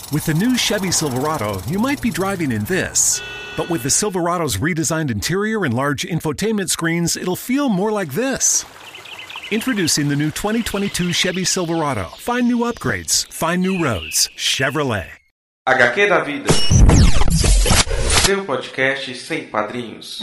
With the new Chevy Silverado, you might be driving in this. But with the Silverado's redesigned interior and large infotainment screens, it'll feel more like this. Introducing the new 2022 Chevy Silverado. Find new upgrades. Find new roads. Chevrolet. HQ da Vida. Seu podcast sem padrinhos.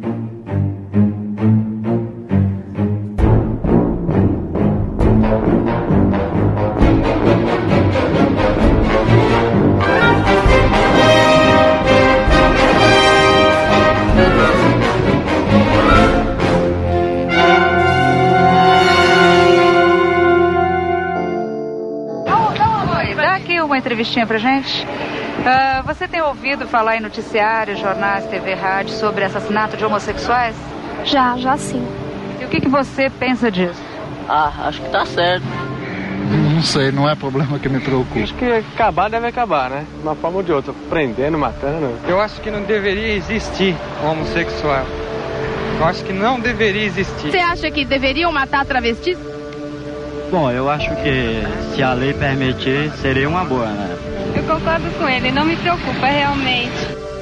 Uma entrevistinha pra gente. Você tem ouvido falar em noticiários, jornais, TV, rádio sobre assassinato de homossexuais? Já sim. E o que você pensa disso? Acho que tá certo. Não sei, não é problema que me preocupa. Acho que acabar deve acabar, né? De uma forma ou de outra, prendendo, matando. Eu acho que não deveria existir homossexual. Eu acho que não deveria existir. Você acha que deveriam matar travestis? Bom, eu acho que se a lei permitir, seria uma boa, né? Eu concordo com ele, não me preocupa realmente.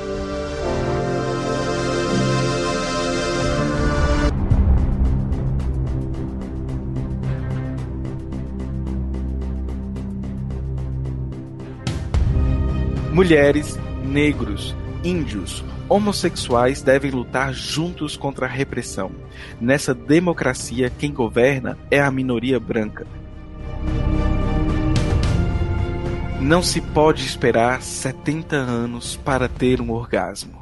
Mulheres, negros, índios, homossexuais devem lutar juntos contra a repressão. Nessa democracia, quem governa é a minoria branca. Não se pode esperar 70 anos para ter um orgasmo.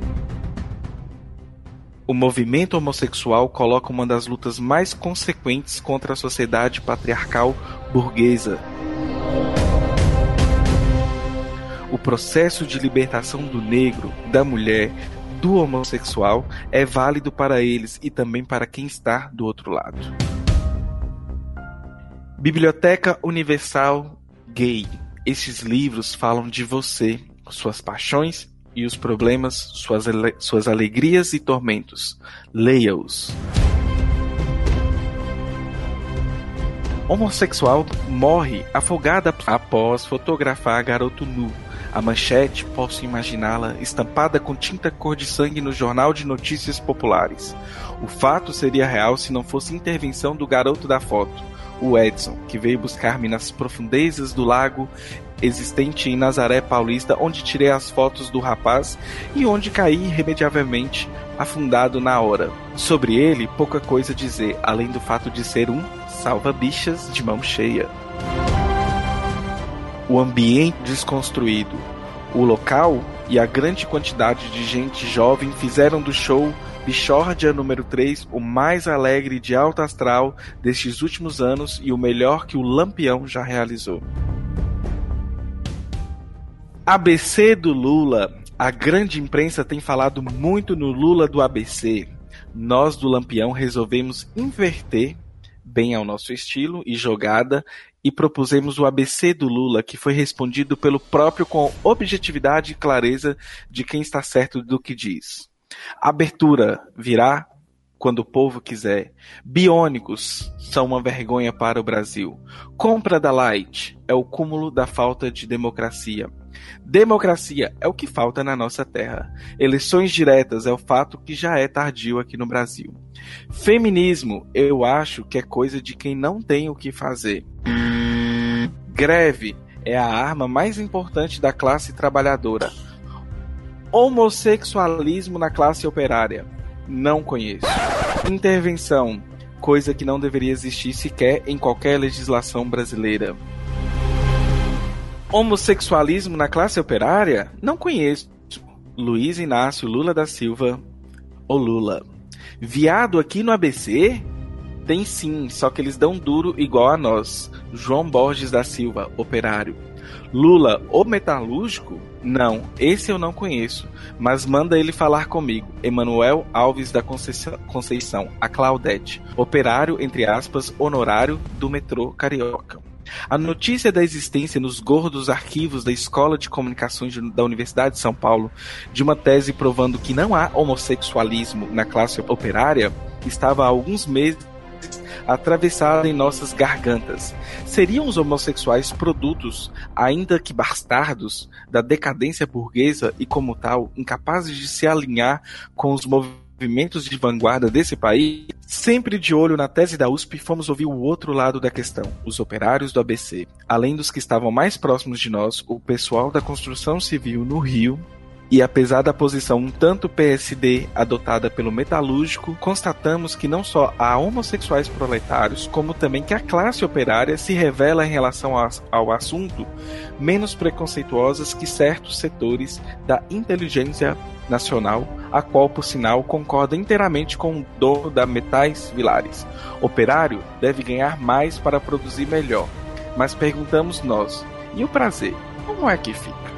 O movimento homossexual coloca uma das lutas mais consequentes contra a sociedade patriarcal burguesa. O processo de libertação do negro, da mulher, do homossexual é válido para eles e também para quem está do outro lado. Biblioteca Universal Gay. Estes livros falam de você, suas paixões e os problemas, suas alegrias e tormentos. Leia-os. Homossexual morre afogada após fotografar garoto nu. A manchete, posso imaginá-la, estampada com tinta cor de sangue no Jornal de Notícias Populares. O fato seria real se não fosse intervenção do garoto da foto, o Edson, que veio buscar-me nas profundezas do lago existente em Nazaré Paulista, onde tirei as fotos do rapaz e onde caí irremediavelmente afundado na hora. Sobre ele, pouca coisa a dizer, além do fato de ser um salva-bichas de mão cheia. O ambiente desconstruído, o local e a grande quantidade de gente jovem fizeram do show Bichórdia número 3 o mais alegre de alto astral destes últimos anos e o melhor que o Lampião já realizou. ABC do Lula. A grande imprensa tem falado muito no Lula do ABC. Nós do Lampião resolvemos inverter, bem ao nosso estilo e jogada, e propusemos o ABC do Lula, que foi respondido pelo próprio com objetividade e clareza de quem está certo do que diz. Abertura virá quando o povo quiser. Biônicos são uma vergonha para o Brasil. Compra da Light é o cúmulo da falta de democracia. Democracia é o que falta na nossa terra. Eleições diretas é o fato que já é tardio aqui no Brasil. Feminismo, eu acho que é coisa de quem não tem o que fazer. Greve é a arma mais importante da classe trabalhadora. Homossexualismo na classe operária, não conheço. Intervenção, coisa que não deveria existir sequer em qualquer legislação brasileira. Homossexualismo na classe operária? Não conheço. Luiz Inácio Lula da Silva, ou Lula. Viado aqui no ABC? Tem sim, só que eles dão duro igual a nós. João Borges da Silva, operário. Lula, o metalúrgico? Não, esse eu não conheço, mas manda ele falar comigo. Emanuel Alves da Conceição, a Claudete, operário, entre aspas, honorário do metrô carioca. A notícia da existência nos gordos arquivos da Escola de Comunicações da Universidade de São Paulo de uma tese provando que não há homossexualismo na classe operária estava há alguns meses atravessada em nossas gargantas. Seriam os homossexuais produtos, ainda que bastardos, da decadência burguesa e, como tal, incapazes de se alinhar com os movimentos de vanguarda desse país? Sempre de olho na tese da USP, fomos ouvir o outro lado da questão, os operários do ABC. Além dos que estavam mais próximos de nós, o pessoal da construção civil no Rio. E apesar da posição um tanto PSD adotada pelo metalúrgico, constatamos que não só há homossexuais proletários, como também que a classe operária se revela em relação ao assunto menos preconceituosas que certos setores da inteligência nacional, a qual, por sinal, concorda inteiramente com o dono da Metais Vilares. Operário deve ganhar mais para produzir melhor. Mas perguntamos nós, e o prazer, como é que fica?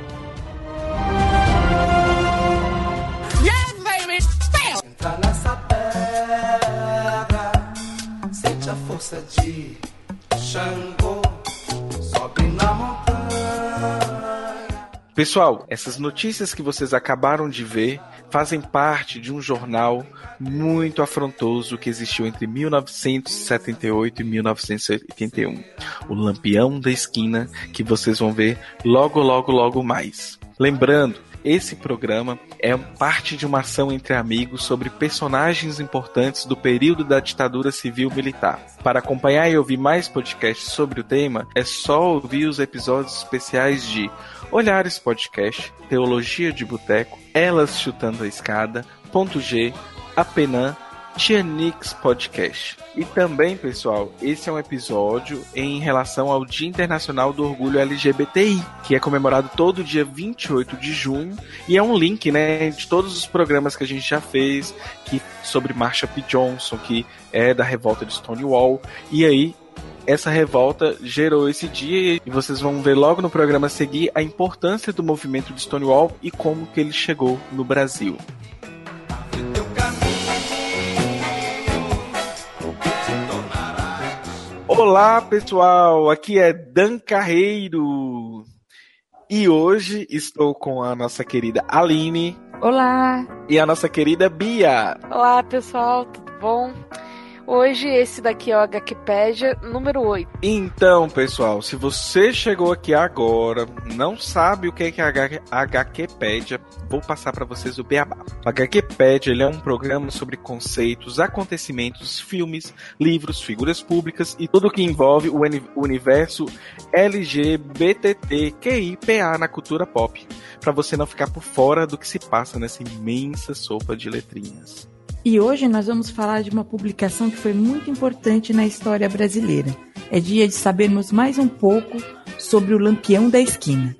Entra nessa terra, sente a força de Xangô, sobe na montanha. Pessoal, essas notícias que vocês acabaram de ver fazem parte de um jornal muito afrontoso que existiu entre 1978 e 1981. O Lampião da Esquina, que vocês vão ver logo mais. Lembrando, esse programa é parte de uma ação entre amigos sobre personagens importantes do período da ditadura civil-militar. Para acompanhar e ouvir mais podcasts sobre o tema, é só ouvir os episódios especiais de Olhares Podcast, Teologia de Boteco, Elas Chutando a Escada, Ponto G, Apenan, Tianix Podcast. E também, pessoal, esse é um episódio em relação ao Dia Internacional do Orgulho LGBTI, que é comemorado todo dia 28 de junho, e é um link, né, de todos os programas que a gente já fez, sobre Marsha P. Johnson, que é da revolta de Stonewall, e aí essa revolta gerou esse dia, e vocês vão ver logo no programa a seguir a importância do movimento de Stonewall e como que ele chegou no Brasil. Olá, pessoal, aqui é Dan Carreiro e hoje estou com a nossa querida Aline. Olá! E a nossa querida Bia. Olá, pessoal, tudo bom? Hoje esse daqui é o HQpedia número 8. Então, pessoal, se você chegou aqui agora, não sabe o que é a HQpedia, vou passar para vocês o beabá. O HQpedia, ele é um programa sobre conceitos, acontecimentos, filmes, livros, figuras públicas e tudo que envolve o universo LGBTQIA na cultura pop, para você não ficar por fora do que se passa nessa imensa sopa de letrinhas. E hoje nós vamos falar de uma publicação que foi muito importante na história brasileira. É dia de sabermos mais um pouco sobre o Lampião da Esquina.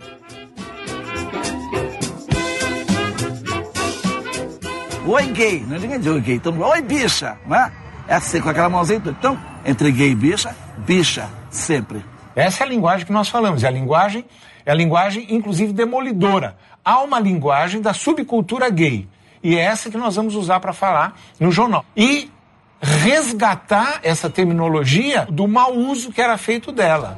Oi, gay. Não é ninguém diz oi, gay. Então, oi, bicha. Não é? É assim, com aquela mãozinha. Então, entre gay e bicha, bicha, sempre. Essa é a linguagem que nós falamos. É a linguagem, inclusive, demolidora. Há uma linguagem da subcultura gay. E é essa que nós vamos usar para falar no jornal. E resgatar essa terminologia do mau uso que era feito dela.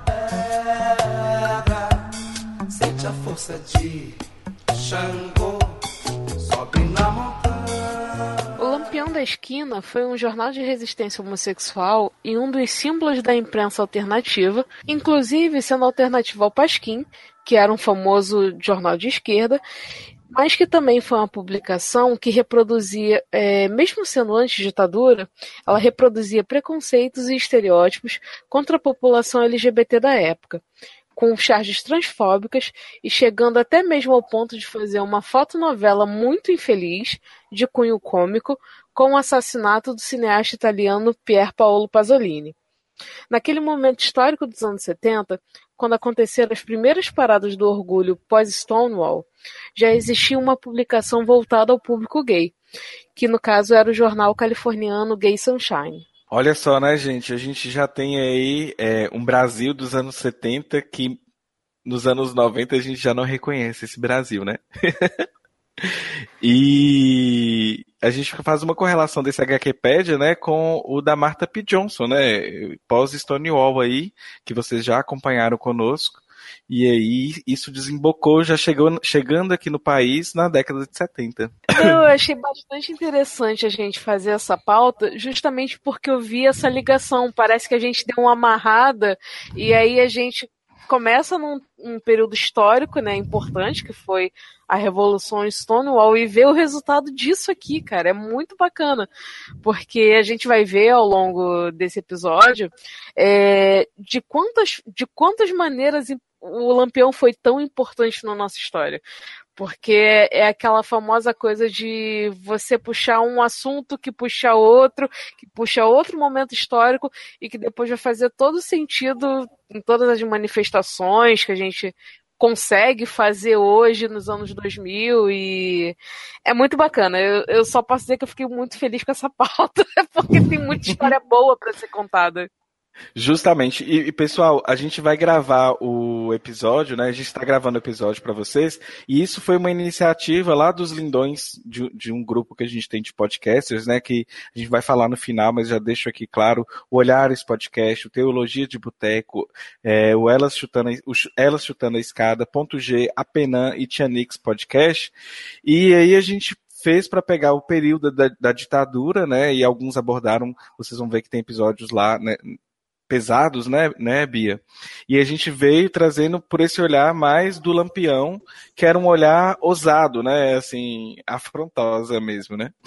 Sente a força de Xangô, sobe na montanha. O Lampião da Esquina foi um jornal de resistência homossexual e um dos símbolos da imprensa alternativa, inclusive sendo alternativa ao Pasquim, que era um famoso jornal de esquerda, mas que também foi uma publicação que reproduzia, mesmo sendo anti-ditadura, ela reproduzia preconceitos e estereótipos contra a população LGBT da época, com charges transfóbicas e chegando até mesmo ao ponto de fazer uma fotonovela muito infeliz, de cunho cômico, com o assassinato do cineasta italiano Pier Paolo Pasolini. Naquele momento histórico dos anos 70, quando aconteceram as primeiras paradas do orgulho pós-Stonewall, já existia uma publicação voltada ao público gay, que no caso era o jornal californiano Gay Sunshine. Olha só, né, gente? A gente já tem aí um Brasil dos anos 70 que nos anos 90 a gente já não reconhece esse Brasil, né? E a gente faz uma correlação desse HQpedia, né, com o da Marsha P. Johnson, né, pós-Stonewall aí, que vocês já acompanharam conosco. e aí isso desembocou, já chegando aqui no país na década de 70. Eu achei bastante interessante a gente fazer essa pauta, justamente porque eu vi essa ligação. Parece que a gente deu uma amarrada e aí a gente começa num período histórico, né, importante, que foi a Revolução Stonewall, e vê o resultado disso aqui, cara. É muito bacana, porque a gente vai ver ao longo desse episódio de quantas maneiras o Lampião foi tão importante na nossa história. Porque é aquela famosa coisa de você puxar um assunto que puxa outro momento histórico e que depois vai fazer todo sentido em todas as manifestações que a gente consegue fazer hoje nos anos 2000 e é muito bacana. Eu só posso dizer que eu fiquei muito feliz com essa pauta porque tem muita história boa para ser contada. Justamente. E, pessoal, a gente vai gravar o episódio, né? A gente está gravando o episódio para vocês, e isso foi uma iniciativa lá dos lindões de um grupo que a gente tem de podcasters, né? Que a gente vai falar no final, mas já deixo aqui claro, o Olhares Podcast, o Teologia de Boteco, o Elas Chutando a Escada, Ponto G, Apenan e Tianix Podcast. E aí a gente fez para pegar o período da ditadura, né? E alguns abordaram, vocês vão ver que tem episódios lá, né? Pesados, né, Bia? E a gente veio trazendo por esse olhar mais do Lampião, que era um olhar ousado, né, assim, afrontosa mesmo, né?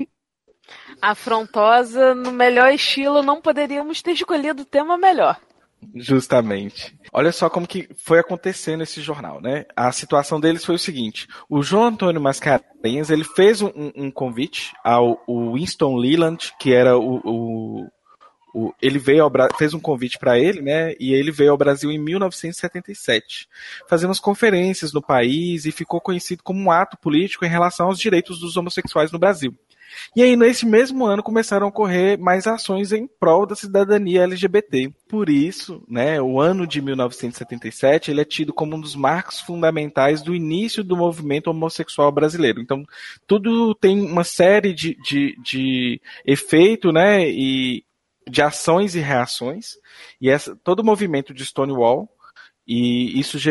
Afrontosa, no melhor estilo, não poderíamos ter escolhido o tema melhor. Justamente. Olha só como que foi acontecendo esse jornal, né? A situação deles foi o seguinte: o João Antônio Mascarenhas, ele fez um convite ao Winston Leland, que era ele fez um convite para ele, né? E ele veio ao Brasil em 1977, fazendo as conferências no país e ficou conhecido como um ato político em relação aos direitos dos homossexuais no Brasil. E aí, nesse mesmo ano, começaram a ocorrer mais ações em prol da cidadania LGBT. Por isso, né, o ano de 1977 ele é tido como um dos marcos fundamentais do início do movimento homossexual brasileiro. Então, tudo tem uma série de efeito, né, e de ações e reações, e todo o movimento de Stonewall, e isso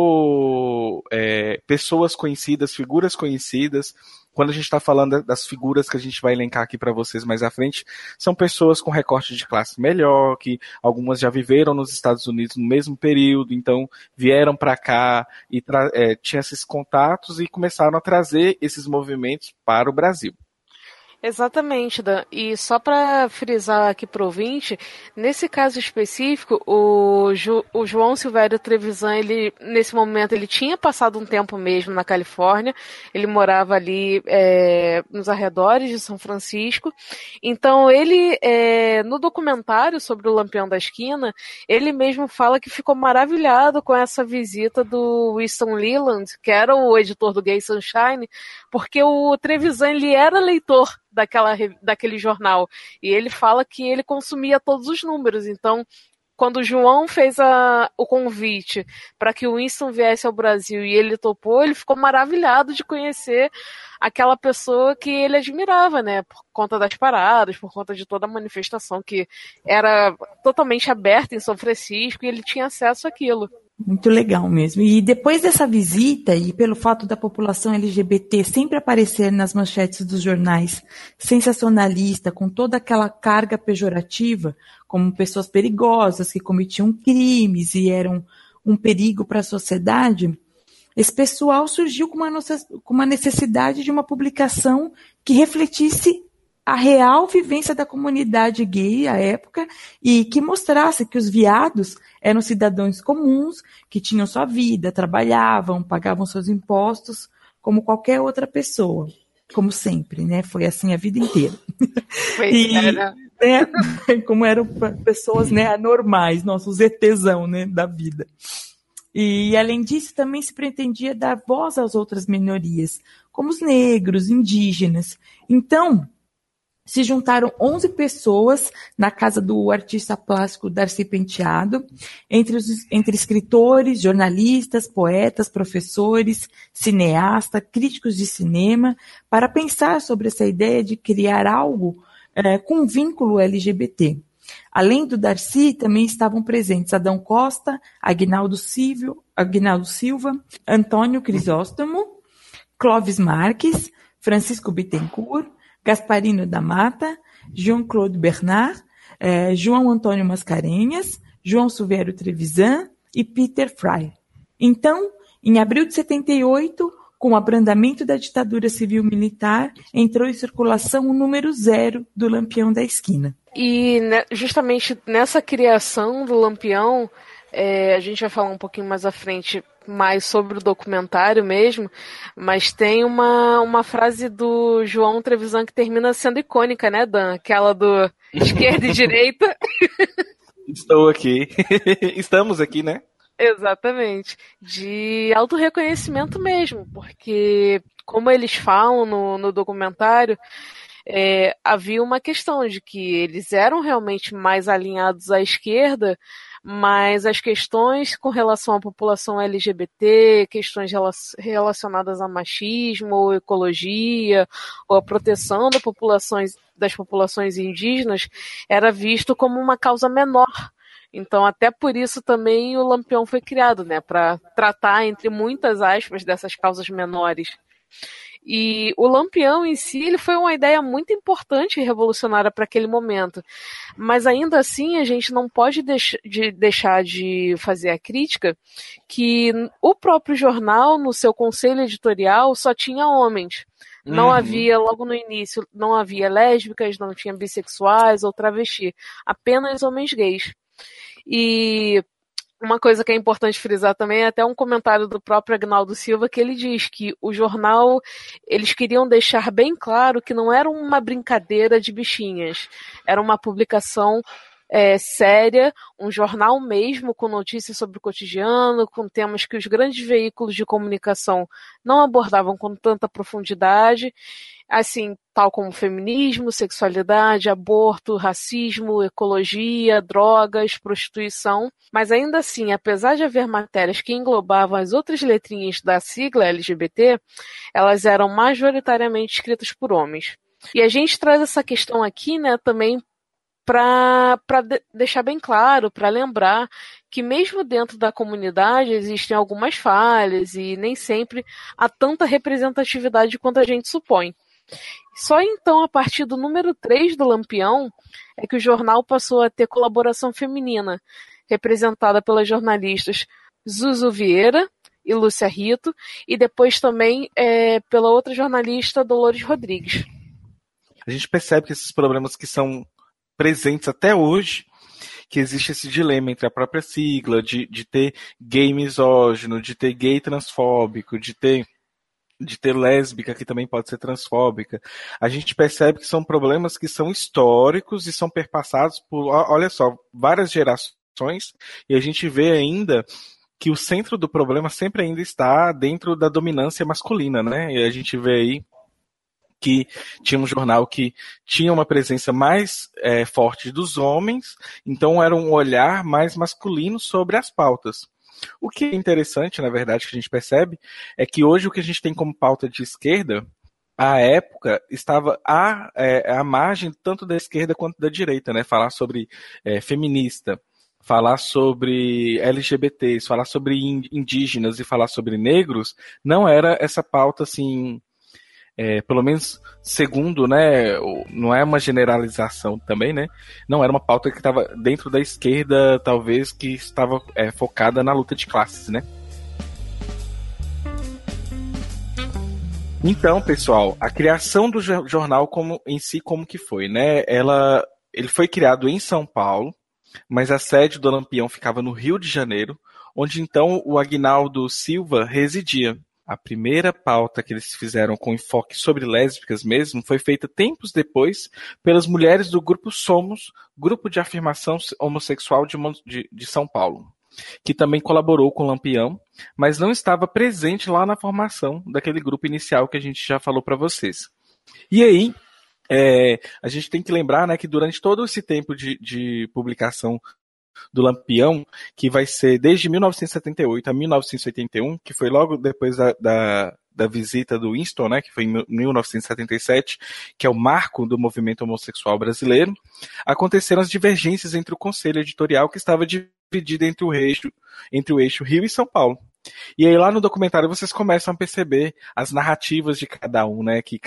gerou pessoas conhecidas, figuras conhecidas. Quando a gente está falando das figuras que a gente vai elencar aqui para vocês mais à frente, são pessoas com recorte de classe melhor, que algumas já viveram nos Estados Unidos no mesmo período, então vieram para cá e tinham esses contatos e começaram a trazer esses movimentos para o Brasil. Exatamente, Dan. E só para frisar aqui para o ouvinte, nesse caso específico, o João Silvério Trevisan, ele, nesse momento, ele tinha passado um tempo mesmo na Califórnia, ele morava ali nos arredores de São Francisco, então ele, no documentário sobre o Lampião da Esquina, ele mesmo fala que ficou maravilhado com essa visita do Winston Leland, que era o editor do Gay Sunshine, porque o Trevisan, ele era leitor daquele jornal, e ele fala que ele consumia todos os números. Então, quando o João fez o convite para que o Winston viesse ao Brasil e ele topou, ele ficou maravilhado de conhecer aquela pessoa que ele admirava, né, por conta das paradas, por conta de toda a manifestação que era totalmente aberta em São Francisco, e ele tinha acesso àquilo. Muito legal mesmo. E depois dessa visita, e pelo fato da população LGBT sempre aparecer nas manchetes dos jornais sensacionalista, com toda aquela carga pejorativa, como pessoas perigosas que cometiam crimes e eram um perigo para a sociedade, esse pessoal surgiu com uma necessidade de uma publicação que refletisse a real vivência da comunidade gay à época e que mostrasse que os viados eram cidadãos comuns, que tinham sua vida, trabalhavam, pagavam seus impostos, como qualquer outra pessoa. Como sempre, né? Foi assim a vida inteira. Como eram pessoas, né, anormais, nossos ETzão, né, da vida. E, além disso, também se pretendia dar voz às outras minorias, como os negros, indígenas. Então, se juntaram 11 pessoas na casa do artista plástico Darcy Penteado, entre escritores, jornalistas, poetas, professores, cineastas, críticos de cinema, para pensar sobre essa ideia de criar algo com vínculo LGBT. Além do Darcy, também estavam presentes Adão Costa, Aguinaldo Silva, Antônio Crisóstomo, Clóvis Marques, Francisco Bittencourt, Gasparino da Mata, Jean-Claude Bernard, João Antônio Mascarenhas, João Silvério Trevisan e Peter Frey. Então, em abril de 78, com o abrandamento da ditadura civil-militar, entrou em circulação o número 0 do Lampião da Esquina. E justamente nessa criação do Lampião, a gente vai falar um pouquinho mais à frente mais sobre o documentário mesmo, mas tem uma frase do João Trevisan que termina sendo icônica, né, Dan? Aquela do esquerda e direita. Estou aqui. Estamos aqui, né? Exatamente. De autorreconhecimento mesmo, porque como eles falam no documentário, havia uma questão de que eles eram realmente mais alinhados à esquerda, mas as questões com relação à população LGBT, questões relacionadas a machismo, ou ecologia, ou a proteção das populações indígenas, era visto como uma causa menor. Então, até por isso também o Lampião foi criado, né, para tratar, entre muitas aspas, dessas causas menores. E o Lampião em si, ele foi uma ideia muito importante e revolucionária para aquele momento. Mas ainda assim, a gente não pode deixar de fazer a crítica que o próprio jornal, no seu conselho editorial, só tinha homens. Não havia, logo no início, não havia lésbicas, não tinha bissexuais ou travesti. Apenas homens gays. E uma coisa que é importante frisar também é até um comentário do próprio Aguinaldo Silva, que ele diz que o jornal, eles queriam deixar bem claro que não era uma brincadeira de bichinhas, era uma publicação séria, um jornal mesmo, com notícias sobre o cotidiano, com temas que os grandes veículos de comunicação não abordavam com tanta profundidade, assim, tal como feminismo, sexualidade, aborto, racismo, ecologia, drogas, prostituição. Mas ainda assim, apesar de haver matérias que englobavam as outras letrinhas da sigla LGBT, elas eram majoritariamente escritas por homens. E a gente traz essa questão aqui, né, também para deixar bem claro, para lembrar que mesmo dentro da comunidade existem algumas falhas e nem sempre há tanta representatividade quanto a gente supõe. Só então, a partir do número 3 do Lampião, é que o jornal passou a ter colaboração feminina, representada pelas jornalistas Zuzu Vieira e Lúcia Rito, e depois também pela outra jornalista Dolores Rodrigues. A gente percebe que esses problemas que são presentes até hoje, que existe esse dilema entre a própria sigla, de ter gay misógino, de ter gay transfóbico, de ter lésbica que também pode ser transfóbica. A gente percebe que são problemas que são históricos e são perpassados por, olha só, várias gerações, e a gente vê ainda que o centro do problema sempre ainda está dentro da dominância masculina, né? E a gente vê aí que tinha um jornal que tinha uma presença mais forte dos homens, então era um olhar mais masculino sobre as pautas. O que é interessante, na verdade, que a gente percebe, é que hoje o que a gente tem como pauta de esquerda, à época, estava à margem tanto da esquerda quanto da direita, né? Falar sobre feminista, falar sobre LGBTs, falar sobre indígenas e falar sobre negros, não era essa pauta, assim, pelo menos segundo, né, não é uma generalização também, né, não era uma pauta que estava dentro da esquerda, talvez, que estava focada na luta de classes, né. Então, pessoal, a criação do jornal em si, como que foi, né, ele foi criado em São Paulo, mas a sede do Lampião ficava no Rio de Janeiro, onde então o Aguinaldo Silva residia. A primeira pauta que eles fizeram com enfoque sobre lésbicas mesmo foi feita tempos depois pelas mulheres do Grupo Somos, Grupo de Afirmação Homossexual de São Paulo, que também colaborou com o Lampião, mas não estava presente lá na formação daquele grupo inicial que a gente já falou para vocês. E aí, a gente tem que lembrar, né, que durante todo esse tempo de publicação do Lampião, que vai ser desde 1978 a 1981, que foi logo depois da visita do Winston, né, que foi em 1977, que é o marco do movimento homossexual brasileiro, aconteceram as divergências entre o conselho editorial, que estava dividido entre o eixo Rio e São Paulo. E aí lá no documentário vocês começam a perceber as narrativas de cada um, né? Que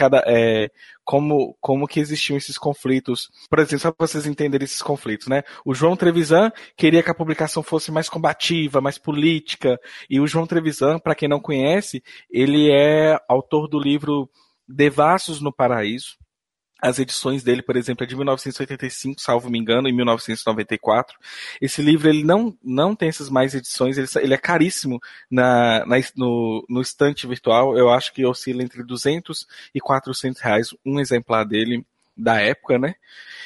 como que existiam esses conflitos. Por exemplo, só para vocês entenderem esses conflitos, né? O João Trevisan queria que a publicação fosse mais combativa, mais política. E o João Trevisan, para quem não conhece, ele é autor do livro Devassos no Paraíso. As edições dele, por exemplo, é de 1985, salvo me engano, em 1994. Esse livro ele não tem essas mais edições, ele é caríssimo no estante virtual. Eu acho que oscila entre 200 e 400 reais um exemplar dele da época, né?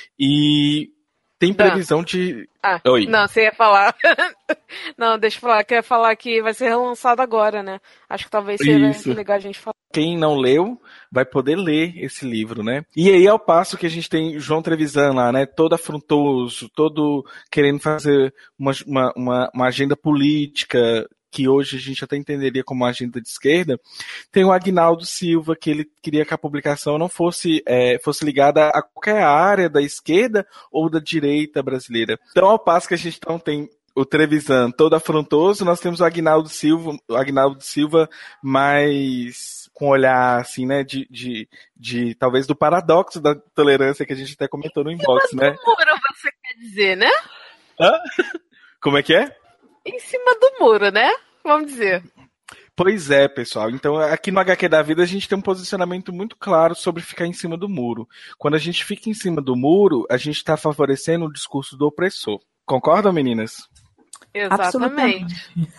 E tem previsão de... Oi. Não, você ia falar... Não, deixa eu falar, que eu ia falar que vai ser relançado agora, né? Acho que talvez seja legal a gente falar. Quem não leu vai poder ler esse livro, né? E aí, ao passo que a gente tem João Trevisan lá, né? Todo afrontoso, todo querendo fazer uma agenda política, que hoje a gente até entenderia como uma agenda de esquerda, tem o Aguinaldo Silva, que ele queria que a publicação não fosse ligada a qualquer área da esquerda ou da direita brasileira. Então, ao passo que a gente não tem o Trevisan todo afrontoso, nós temos o Aguinaldo Silva mais com olhar, assim, né, de talvez do paradoxo da tolerância que a gente até comentou no inbox, né? Em cima do muro, você quer dizer, né? Hã? Como é que é? Em cima do muro, né? Vamos dizer. Pois é, pessoal. Então, aqui no HQ da Vida, a gente tem um posicionamento muito claro sobre ficar em cima do muro. Quando a gente fica em cima do muro, a gente está favorecendo o discurso do opressor. Concordam, meninas? Exatamente.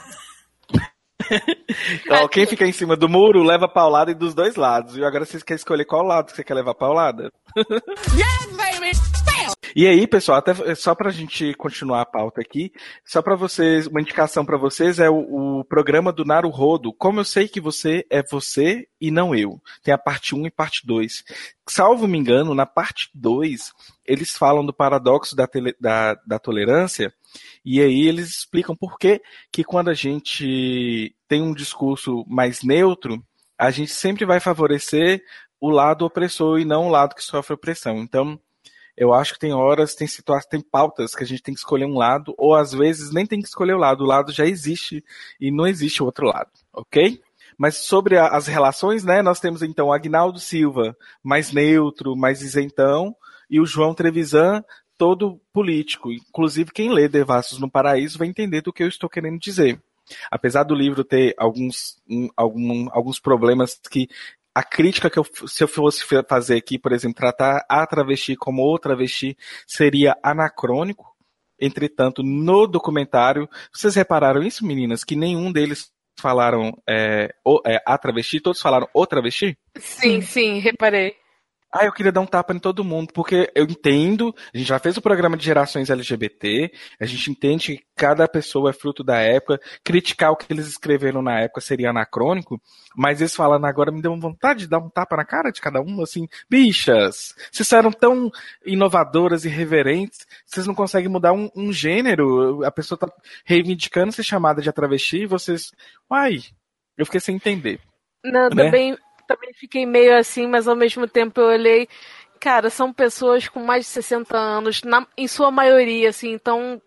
Então, quem fica em cima do muro leva paulada dos dois lados. E agora vocês querem escolher qual lado que você quer levar paulada? Yes, baby! E aí, pessoal, até só pra gente continuar a pauta aqui, só pra vocês, uma indicação pra vocês é o programa do Naruhodo, Como Eu Sei Que Você é Você e Não Eu. Tem a parte 1 e parte 2. Salvo me engano, na parte 2, eles falam do paradoxo da tolerância, e aí eles explicam por que quando a gente tem um discurso mais neutro, a gente sempre vai favorecer o lado opressor e não o lado que sofre opressão. Então, eu acho que tem horas, tem situações, tem pautas que a gente tem que escolher um lado, ou às vezes nem tem que escolher o lado já existe e não existe o outro lado, ok? Mas sobre as relações, né, nós temos então o Aguinaldo Silva, mais neutro, mais isentão, e o João Trevisan, todo político. Inclusive, quem lê Devassos no Paraíso vai entender do que eu estou querendo dizer. Apesar do livro ter alguns problemas que a crítica que se eu fosse fazer aqui, por exemplo, tratar a travesti como outra travesti, seria anacrônico. Entretanto, no documentário, vocês repararam isso, meninas? Que nenhum deles falaram a travesti, todos falaram o travesti? Sim, reparei. Eu queria dar um tapa em todo mundo, porque eu entendo, a gente já fez o programa de gerações LGBT, a gente entende que cada pessoa é fruto da época, criticar o que eles escreveram na época seria anacrônico, mas eles falando agora me deu vontade de dar um tapa na cara de cada um, assim, bichas, vocês eram tão inovadoras e reverentes, vocês não conseguem mudar um gênero, a pessoa tá reivindicando ser chamada de travesti, e vocês, eu fiquei sem entender. Não, né? Também fiquei meio assim, mas ao mesmo tempo eu olhei, cara, são pessoas com mais de 60 anos, em sua maioria, assim, então,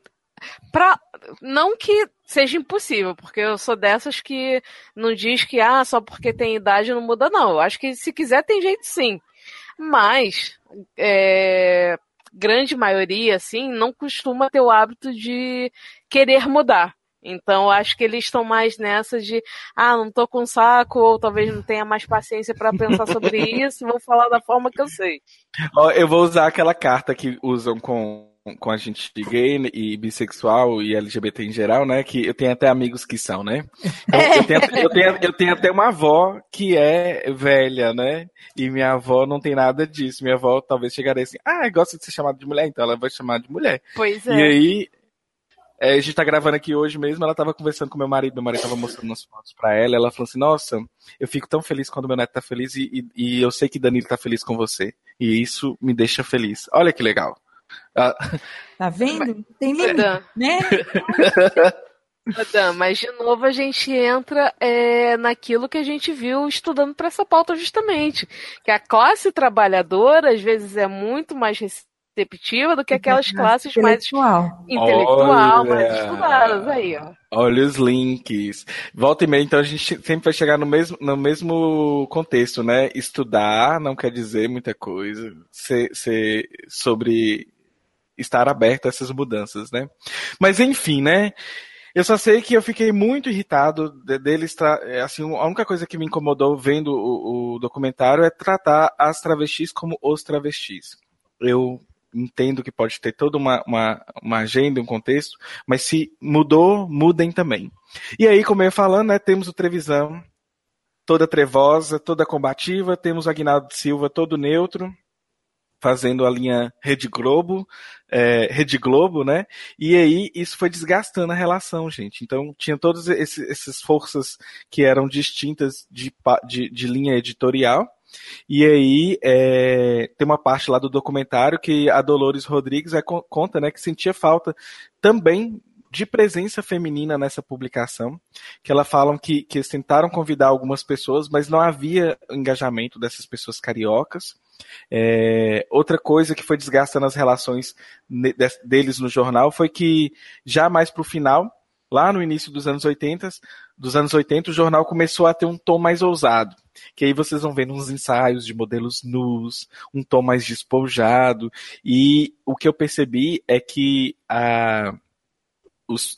não que seja impossível, porque eu sou dessas que não diz que, só porque tem idade não muda, não. Eu acho que se quiser tem jeito sim, mas, grande maioria, assim, não costuma ter o hábito de querer mudar. Então, acho que eles estão mais nessa de, não tô com saco, ou talvez não tenha mais paciência para pensar sobre isso, vou falar da forma que eu sei. Eu vou usar aquela carta que usam com a gente gay e bissexual e LGBT em geral, né, que eu tenho até amigos que são, né? Eu tenho até uma avó que é velha, né? E minha avó não tem nada disso. Minha avó talvez chegaria assim, gosta de ser chamada de mulher, então ela vai chamar de mulher. Pois é. E aí... a gente tá gravando aqui hoje mesmo, ela tava conversando com meu marido tava mostrando umas fotos pra ela falou assim, nossa, eu fico tão feliz quando meu neto tá feliz e eu sei que Danilo tá feliz com você. E isso me deixa feliz. Olha que legal. Tá vendo? Tem limite, né? Adam, mas de novo a gente entra naquilo que a gente viu estudando para essa pauta justamente, que a classe trabalhadora às vezes é muito mais receptiva do que aquelas classes mais intelectual, mais estudadas aí, ó. Olha os links. Volta e meia, então a gente sempre vai chegar no mesmo contexto, né? Estudar não quer dizer muita coisa, ser sobre estar aberto a essas mudanças, né? Mas enfim, né? Eu só sei que eu fiquei muito irritado deles, assim, a única coisa que me incomodou vendo o documentário é tratar as travestis como os travestis. Eu entendo que pode ter toda uma agenda, um contexto, mas se mudou, mudem também. E aí, como eu ia falando, né, temos o Trevisan, toda trevosa, toda combativa, temos o Aguinaldo Silva todo neutro, fazendo a linha Rede Globo, né? E aí isso foi desgastando a relação, gente. Então tinha todas essas forças que eram distintas de linha editorial. E aí tem uma parte lá do documentário que a Dolores Rodrigues conta, né, que sentia falta também de presença feminina nessa publicação, que ela falam que eles tentaram convidar algumas pessoas, mas não havia engajamento dessas pessoas cariocas. Outra coisa que foi desgastando as relações deles no jornal foi que já mais para o final, lá no início dos anos 80, o jornal começou a ter um tom mais ousado, que aí vocês vão vendo uns ensaios de modelos nus, um tom mais despojado, e o que eu percebi é que os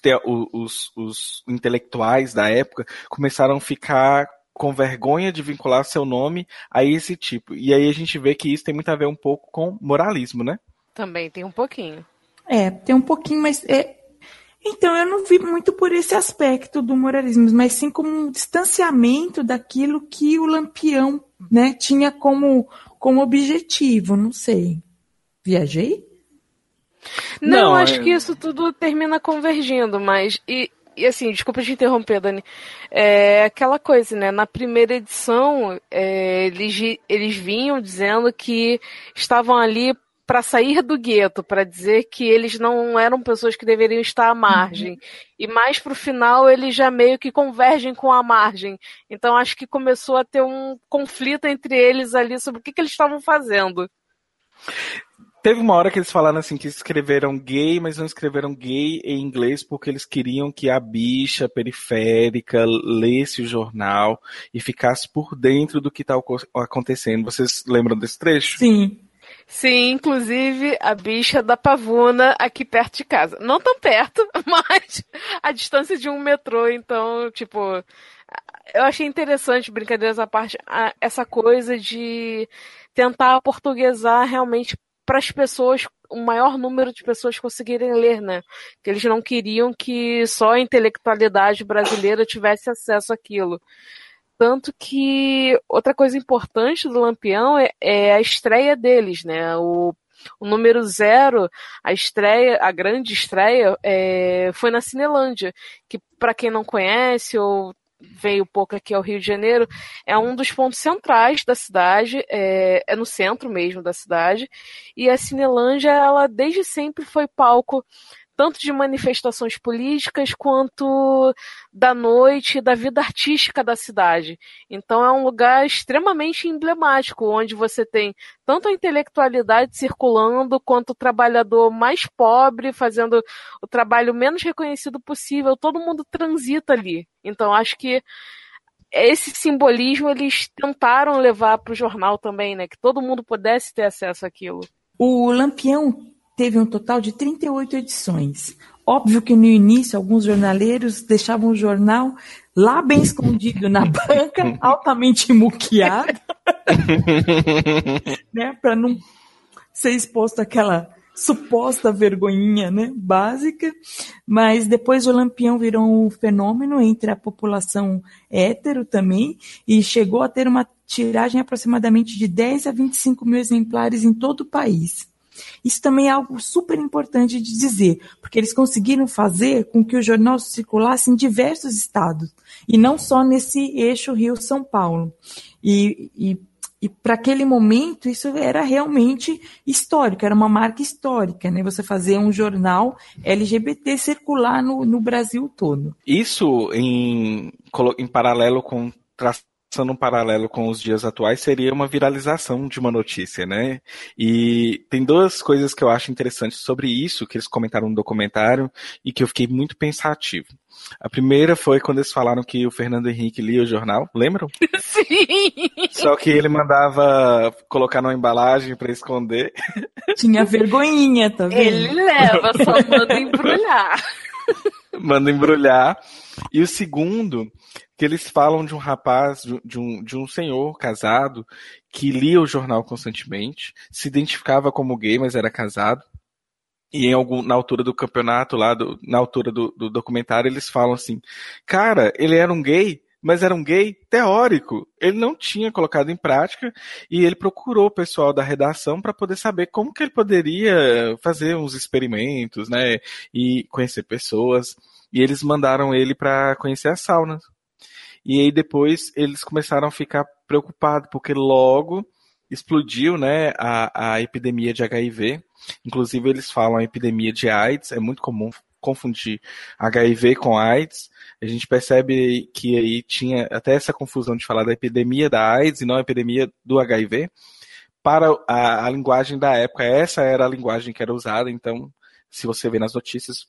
intelectuais da época começaram a ficar com vergonha de vincular seu nome a esse tipo. E aí a gente vê que isso tem muito a ver um pouco com moralismo, né? Também tem um pouquinho. Tem um pouquinho, mas... Então, eu não vi muito por esse aspecto do moralismo, mas sim como um distanciamento daquilo que o Lampião, né, tinha como objetivo, não sei. Viajei? Não, acho que isso tudo termina convergindo, mas... E assim, desculpa te interromper, Dani, aquela coisa, né, na primeira edição, eles vinham dizendo que estavam ali para sair do gueto, para dizer que eles não eram pessoas que deveriam estar à margem, e mais pro final eles já meio que convergem com a margem, então acho que começou a ter um conflito entre eles ali sobre o que eles estavam fazendo. Teve uma hora que eles falaram assim, que escreveram gay, mas não escreveram gay em inglês porque eles queriam que a bicha periférica lesse o jornal e ficasse por dentro do que está acontecendo. Vocês lembram desse trecho? Sim. Sim, inclusive a bicha da Pavuna aqui perto de casa. Não tão perto, mas a distância de um metrô, então, tipo... Eu achei interessante, brincadeiras à parte, essa coisa de tentar portuguesar realmente para as pessoas, o maior número de pessoas conseguirem ler, né? Que eles não queriam que só a intelectualidade brasileira tivesse acesso àquilo. Tanto que outra coisa importante do Lampião é a estreia deles, né? O número 0, a grande estreia, foi na Cinelândia, que para quem não conhece ou veio pouco aqui ao Rio de Janeiro, é um dos pontos centrais da cidade, é no centro mesmo da cidade, e a Cinelândia, ela desde sempre foi palco tanto de manifestações políticas quanto da noite, da vida artística da cidade. Então é um lugar extremamente emblemático, onde você tem tanto a intelectualidade circulando, quanto o trabalhador mais pobre fazendo o trabalho menos reconhecido possível. Todo mundo transita ali. Então acho que esse simbolismo eles tentaram levar para o jornal também, né? Que todo mundo pudesse ter acesso àquilo. O Lampião teve um total de 38 edições. Óbvio que no início alguns jornaleiros deixavam o jornal lá bem escondido na banca, altamente muqueado, né, para não ser exposto àquela suposta vergonhinha, né, básica. Mas depois o Lampião virou um fenômeno entre a população hétero também e chegou a ter uma tiragem aproximadamente de 10 a 25 mil exemplares em todo o país. Isso também é algo super importante de dizer, porque eles conseguiram fazer com que o jornal circulasse em diversos estados, e não só nesse eixo Rio-São Paulo. E E para aquele momento isso era realmente histórico, era uma marca histórica, né? Você fazer um jornal LGBT circular no Brasil todo. Isso em paralelo com traçando um paralelo com os dias atuais, seria uma viralização de uma notícia, né? E tem duas coisas que eu acho interessantes sobre isso, que eles comentaram no documentário, e que eu fiquei muito pensativo. A primeira foi quando eles falaram que o Fernando Henrique lia o jornal, lembram? Sim! Só que ele mandava colocar numa embalagem para esconder. Tinha vergonhinha, tá vendo? Ele leva, só manda embrulhar. Manda embrulhar. E o segundo, que eles falam de um rapaz, de um senhor casado, que lia o jornal constantemente, se identificava como gay, mas era casado. E na altura do campeonato, na altura do documentário, eles falam assim, cara, ele era um gay, mas era um gay teórico. Ele não tinha colocado em prática e ele procurou o pessoal da redação para poder saber como que ele poderia fazer uns experimentos, né, e conhecer pessoas. E eles mandaram ele para conhecer as saunas. E aí depois eles começaram a ficar preocupados, porque logo explodiu, né, a epidemia de HIV. Inclusive eles falam epidemia de AIDS, é muito comum confundir HIV com AIDS. A gente percebe que aí tinha até essa confusão de falar da epidemia da AIDS e não a epidemia do HIV. Para a linguagem da época, essa era a linguagem que era usada, então se você vê nas notícias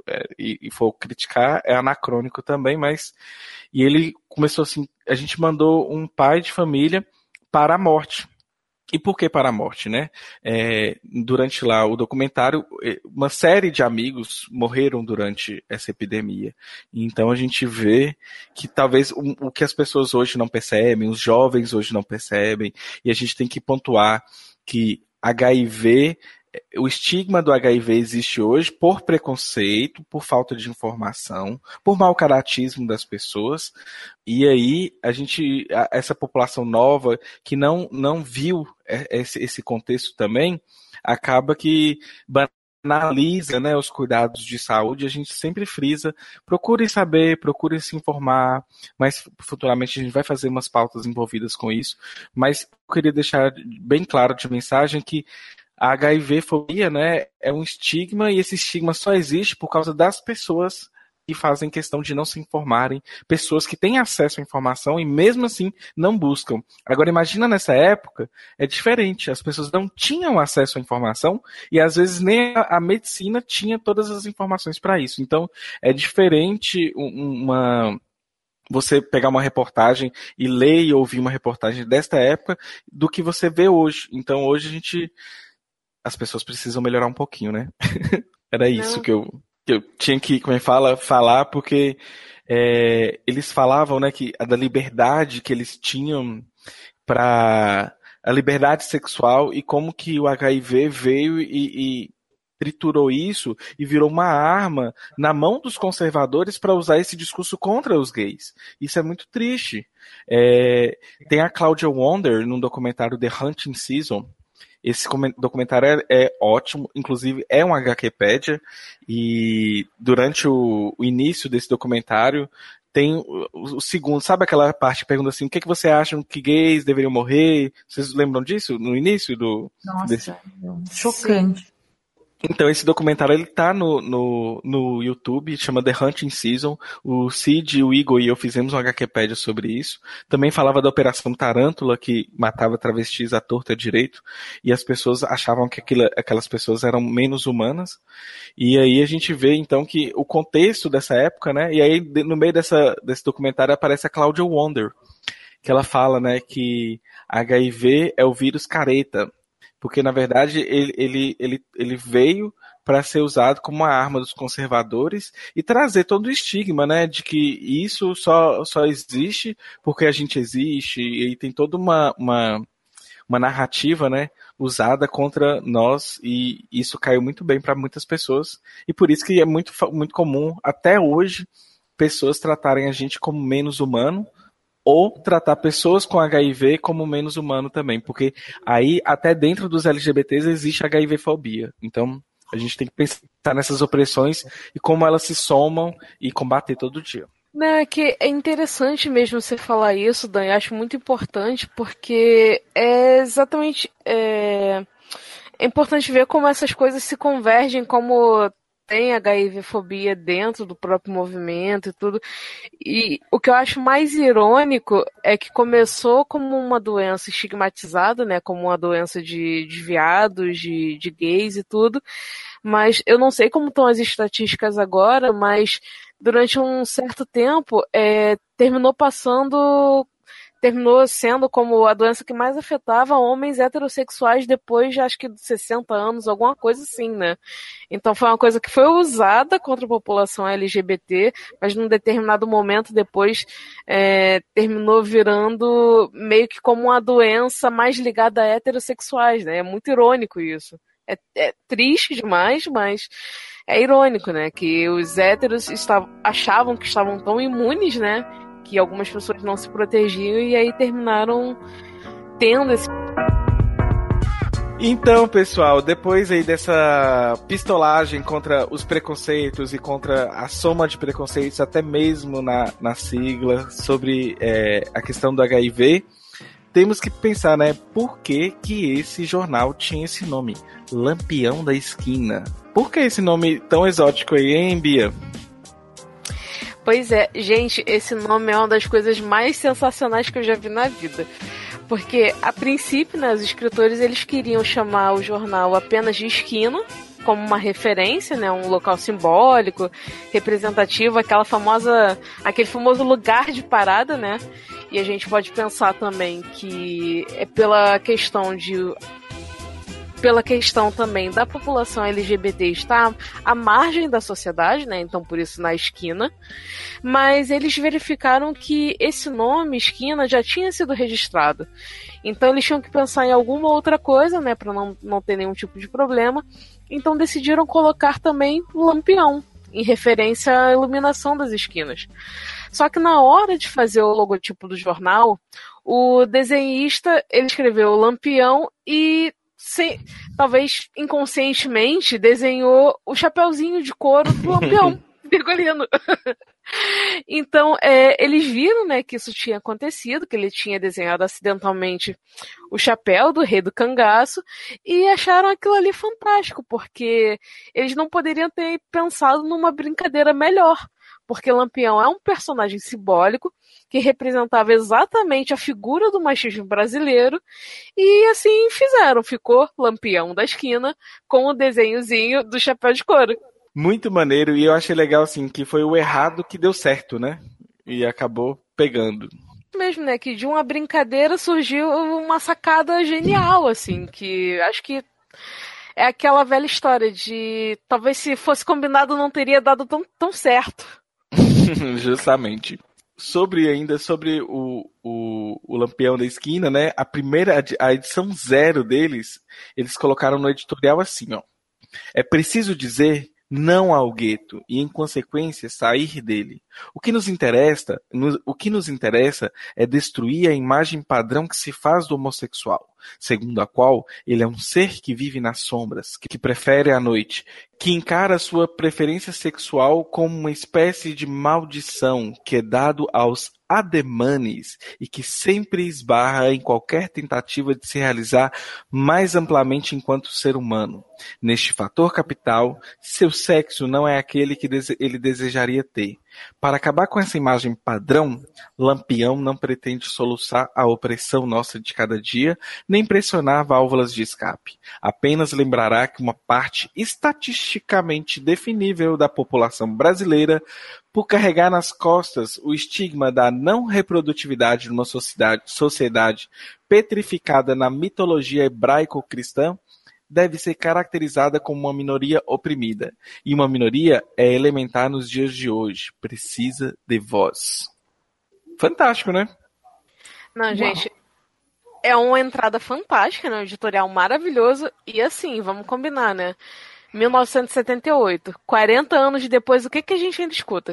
e for criticar, é anacrônico também, mas... E ele começou assim, a gente mandou um pai de família para a morte. E por que para a morte, né? Durante lá o documentário, uma série de amigos morreram durante essa epidemia. Então a gente vê que talvez o que as pessoas hoje não percebem, os jovens hoje não percebem, e a gente tem que pontuar que HIV... O estigma do HIV existe hoje por preconceito, por falta de informação, por mau caratismo das pessoas. E aí, essa população nova que não viu esse contexto também, acaba que banaliza, né, os cuidados de saúde. A gente sempre frisa, procure saber, procure se informar, mas futuramente a gente vai fazer umas pautas envolvidas com isso. Mas eu queria deixar bem claro de mensagem que a HIV-fobia, né, é um estigma, e esse estigma só existe por causa das pessoas que fazem questão de não se informarem, pessoas que têm acesso à informação e mesmo assim não buscam. Agora imagina nessa época, é diferente, as pessoas não tinham acesso à informação e às vezes nem a medicina tinha todas as informações para isso. Então é diferente você pegar uma reportagem e ler e ouvir uma reportagem desta época do que você vê hoje. Então hoje as pessoas precisam melhorar um pouquinho, né? Era isso que eu tinha que, como é que falar, porque eles falavam, né, que da liberdade que eles tinham para a liberdade sexual e como que o HIV veio e triturou isso e virou uma arma na mão dos conservadores para usar esse discurso contra os gays. Isso é muito triste. Tem a Claudia Wonder num documentário The Hunting Season. Esse documentário é ótimo, inclusive é um HQpedia, e durante o início desse documentário tem o segundo, sabe aquela parte que pergunta assim, o que você acha que gays deveriam morrer? Vocês lembram disso no início do... Nossa, chocante. Sim. Então, esse documentário ele tá no YouTube, chama The Hunting Season. O Cid, o Igor e eu fizemos um HQpedia sobre isso. Também falava da Operação Tarântula, que matava travestis à torta e à direito, e as pessoas achavam que aquelas pessoas eram menos humanas. E aí a gente vê, então, que o contexto dessa época, né, e aí no meio desse documentário aparece a Claudia Wonder, que ela fala, né, que HIV é o vírus careta, porque na verdade ele veio para ser usado como uma arma dos conservadores e trazer todo o estigma, né, de que isso só existe porque a gente existe, e tem toda uma narrativa, né, usada contra nós, e isso caiu muito bem para muitas pessoas, e por isso que é muito, muito comum até hoje pessoas tratarem a gente como menos humano, ou tratar pessoas com HIV como menos humano também, porque aí até dentro dos LGBTs existe HIV-fobia. Então a gente tem que pensar nessas opressões e como elas se somam e combater todo dia. Não, é que é interessante mesmo você falar isso, Dan. Eu acho muito importante, porque é exatamente. É importante ver como essas coisas se convergem, como tem HIV-fobia dentro do próprio movimento e tudo. E o que eu acho mais irônico é que começou como uma doença estigmatizada, né? Como uma doença de viados, de gays e tudo. Mas eu não sei como estão as estatísticas agora, mas durante um certo tempo terminou sendo como a doença que mais afetava homens heterossexuais depois de, acho que, 60 anos, alguma coisa assim, né? Então foi uma coisa que foi usada contra a população LGBT, mas num determinado momento depois terminou virando meio que como uma doença mais ligada a heterossexuais, né? É muito irônico isso. É triste demais, mas é irônico, né? Que os héteros achavam que estavam tão imunes, né? Que algumas pessoas não se protegiam e aí terminaram tendo esse... Então, pessoal, depois aí dessa pistolagem contra os preconceitos e contra a soma de preconceitos, até mesmo na sigla, sobre a questão do HIV, temos que pensar, né, por que esse jornal tinha esse nome, Lampião da Esquina? Por que esse nome tão exótico aí, hein, Bia? Pois é, gente, esse nome é uma das coisas mais sensacionais que eu já vi na vida. Porque, a princípio, né, os escritores eles queriam chamar o jornal apenas de Esquina, como uma referência, né, um local simbólico, representativo, aquele famoso lugar de parada, né? E a gente pode pensar também que é pela questão também da população LGBT estar à margem da sociedade, né? Então por isso na esquina. Mas eles verificaram que esse nome, esquina, já tinha sido registrado. Então eles tinham que pensar em alguma outra coisa, né? Para não ter nenhum tipo de problema. Então decidiram colocar também Lampião, em referência à iluminação das esquinas. Só que na hora de fazer o logotipo do jornal, o desenhista ele escreveu Lampião e talvez inconscientemente desenhou o chapeuzinho de couro do Lampião Virgulino. Então eles viram, né, que isso tinha acontecido, que ele tinha desenhado acidentalmente o chapéu do rei do cangaço e acharam aquilo ali fantástico, porque eles não poderiam ter pensado numa brincadeira melhor, porque Lampião é um personagem simbólico que representava exatamente a figura do machismo brasileiro, e assim fizeram, ficou Lampião da Esquina com o desenhozinho do chapéu de couro. Muito maneiro, e eu achei legal assim, que foi o errado que deu certo, né? E acabou pegando. Mesmo, né, que de uma brincadeira surgiu uma sacada genial, assim, que acho que é aquela velha história de talvez se fosse combinado não teria dado tão certo. Justamente. Sobre o Lampião da Esquina, né? A edição 0 deles, eles colocaram no editorial assim, ó. É preciso dizer não ao gueto e, em consequência, sair dele. O que nos interessa é destruir a imagem padrão que se faz do homossexual, segundo a qual ele é um ser que vive nas sombras, que prefere a noite, que encara sua preferência sexual como uma espécie de maldição que é dado aos ademanes e que sempre esbarra em qualquer tentativa de se realizar mais amplamente enquanto ser humano. Neste fator capital, seu sexo não é aquele que ele desejaria ter. Para acabar com essa imagem padrão, Lampião não pretende soluçar a opressão nossa de cada dia, nem pressionar válvulas de escape. Apenas lembrará que uma parte estatisticamente definível da população brasileira, por carregar nas costas o estigma da não reprodutividade numa sociedade petrificada na mitologia hebraico-cristã, deve ser caracterizada como uma minoria oprimida. E uma minoria é elementar nos dias de hoje. Precisa de voz. Fantástico, né? Não, gente, é uma entrada fantástica, né? Um editorial maravilhoso. E assim, vamos combinar, né? 1978, 40 anos depois, o que a gente ainda escuta?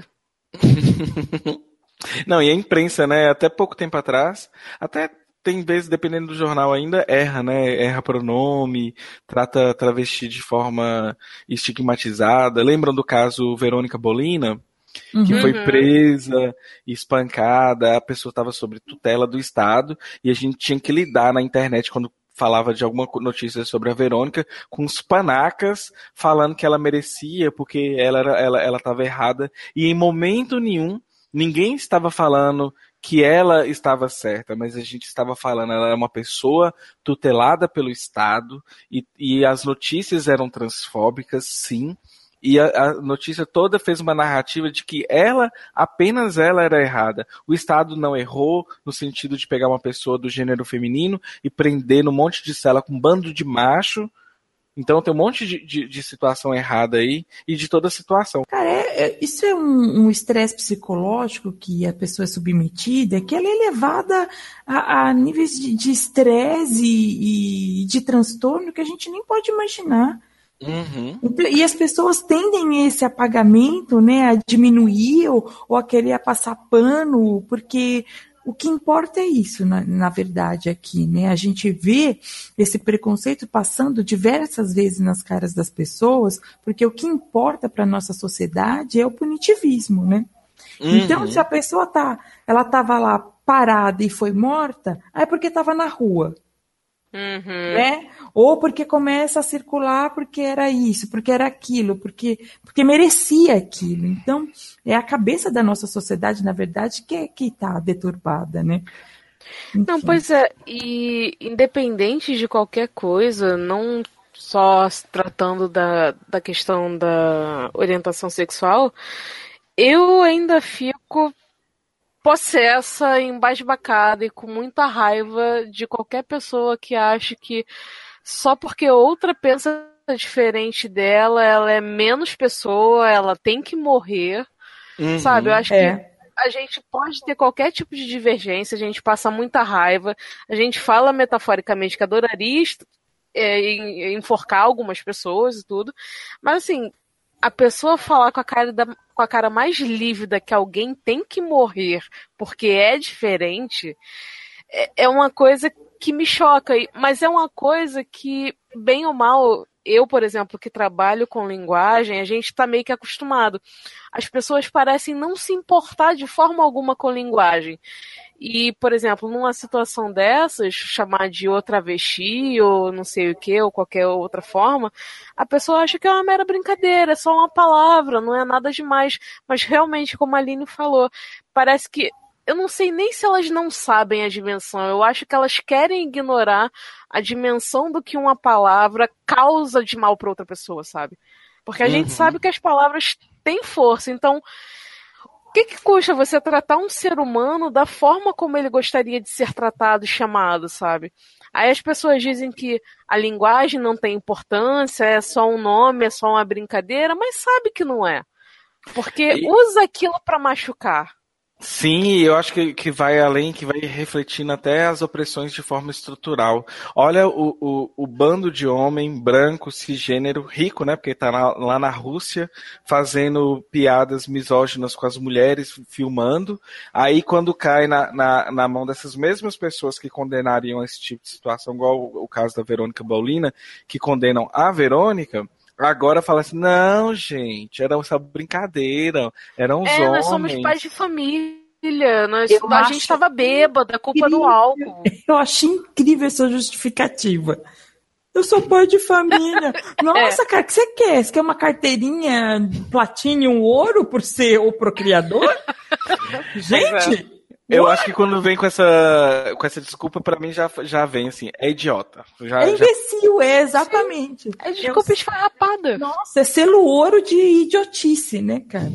Não, e a imprensa, né? Até pouco tempo atrás, até tem vezes, dependendo do jornal ainda, erra, né? Erra pronome, trata travesti de forma estigmatizada. Lembram do caso Verônica Bolina? que foi presa, espancada, a pessoa estava sob tutela do Estado, e a gente tinha que lidar na internet quando falava de alguma notícia sobre a Verônica, com os panacas falando que ela merecia, porque ela estava errada, e em momento nenhum, ninguém estava falando que ela estava certa, mas a gente estava falando, ela era uma pessoa tutelada pelo Estado, e as notícias eram transfóbicas, sim, e a notícia toda fez uma narrativa de que apenas ela era errada. O Estado não errou no sentido de pegar uma pessoa do gênero feminino e prender num monte de cela com um bando de macho. Então tem um monte de situação errada aí e de toda a situação. Cara, isso é um estresse psicológico que a pessoa é submetida, que ela é levada a níveis de estresse e de transtorno que a gente nem pode imaginar. Uhum. E as pessoas tendem esse apagamento, né, a diminuir ou a querer passar pano, porque o que importa é isso, na verdade, aqui, né? A gente vê esse preconceito passando diversas vezes nas caras das pessoas, porque o que importa para a nossa sociedade é o punitivismo, né? Uhum. Então, se a pessoa ela estava lá parada e foi morta, é porque estava na rua. Né? Ou porque começa a circular porque era isso, porque era aquilo, porque merecia aquilo. Então, é a cabeça da nossa sociedade, na verdade, que está deturbada, né? Enfim. Não, pois é, e independente de qualquer coisa, não só se tratando da questão da orientação sexual, eu ainda fico possessa, embasbacada e com muita raiva de qualquer pessoa que ache que só porque outra pensa diferente dela, ela é menos pessoa, ela tem que morrer, sabe? Eu acho que a gente pode ter qualquer tipo de divergência, a gente passa muita raiva, a gente fala metaforicamente que adoraria enforcar algumas pessoas e tudo, mas assim, a pessoa falar com a cara mais lívida que alguém tem que morrer porque é diferente, é uma coisa que me choca, mas é uma coisa que, bem ou mal, eu, por exemplo, que trabalho com linguagem, a gente está meio que acostumado. As pessoas parecem não se importar de forma alguma com linguagem. E, por exemplo, numa situação dessas, chamar de outra travesti ou não sei o que, ou qualquer outra forma, a pessoa acha que é uma mera brincadeira, é só uma palavra, não é nada demais. Mas realmente, como a Aline falou, parece que eu não sei nem se elas não sabem a dimensão, eu acho que elas querem ignorar a dimensão do que uma palavra causa de mal para outra pessoa, sabe? Porque a gente sabe que as palavras têm força, então o que custa você tratar um ser humano da forma como ele gostaria de ser tratado e chamado, sabe? Aí as pessoas dizem que a linguagem não tem importância, é só um nome, é só uma brincadeira, mas sabe que não é. Porque usa aquilo para machucar. Sim, eu acho que vai além, que vai refletindo até as opressões de forma estrutural. Olha o bando de homem branco, cisgênero, rico, né? Porque tá lá na Rússia fazendo piadas misóginas com as mulheres, filmando. Aí quando cai na mão dessas mesmas pessoas que condenariam esse tipo de situação, igual o caso da Verônica Paulina, que condenam a Verônica, agora fala assim, não, gente, era essa brincadeira, eram os homens. Nós somos pais de família, a gente estava bêbada, culpa do álcool. Eu achei incrível essa justificativa. Eu sou pai de família. Nossa, cara, o que você quer? Você quer uma carteirinha Platinum ouro por ser o procriador? Gente... Eu acho que quando vem com essa desculpa, pra mim já vem assim, é idiota. É imbecil, exatamente. É desculpa esfarrapada. Nossa, é selo ouro de idiotice, né, cara?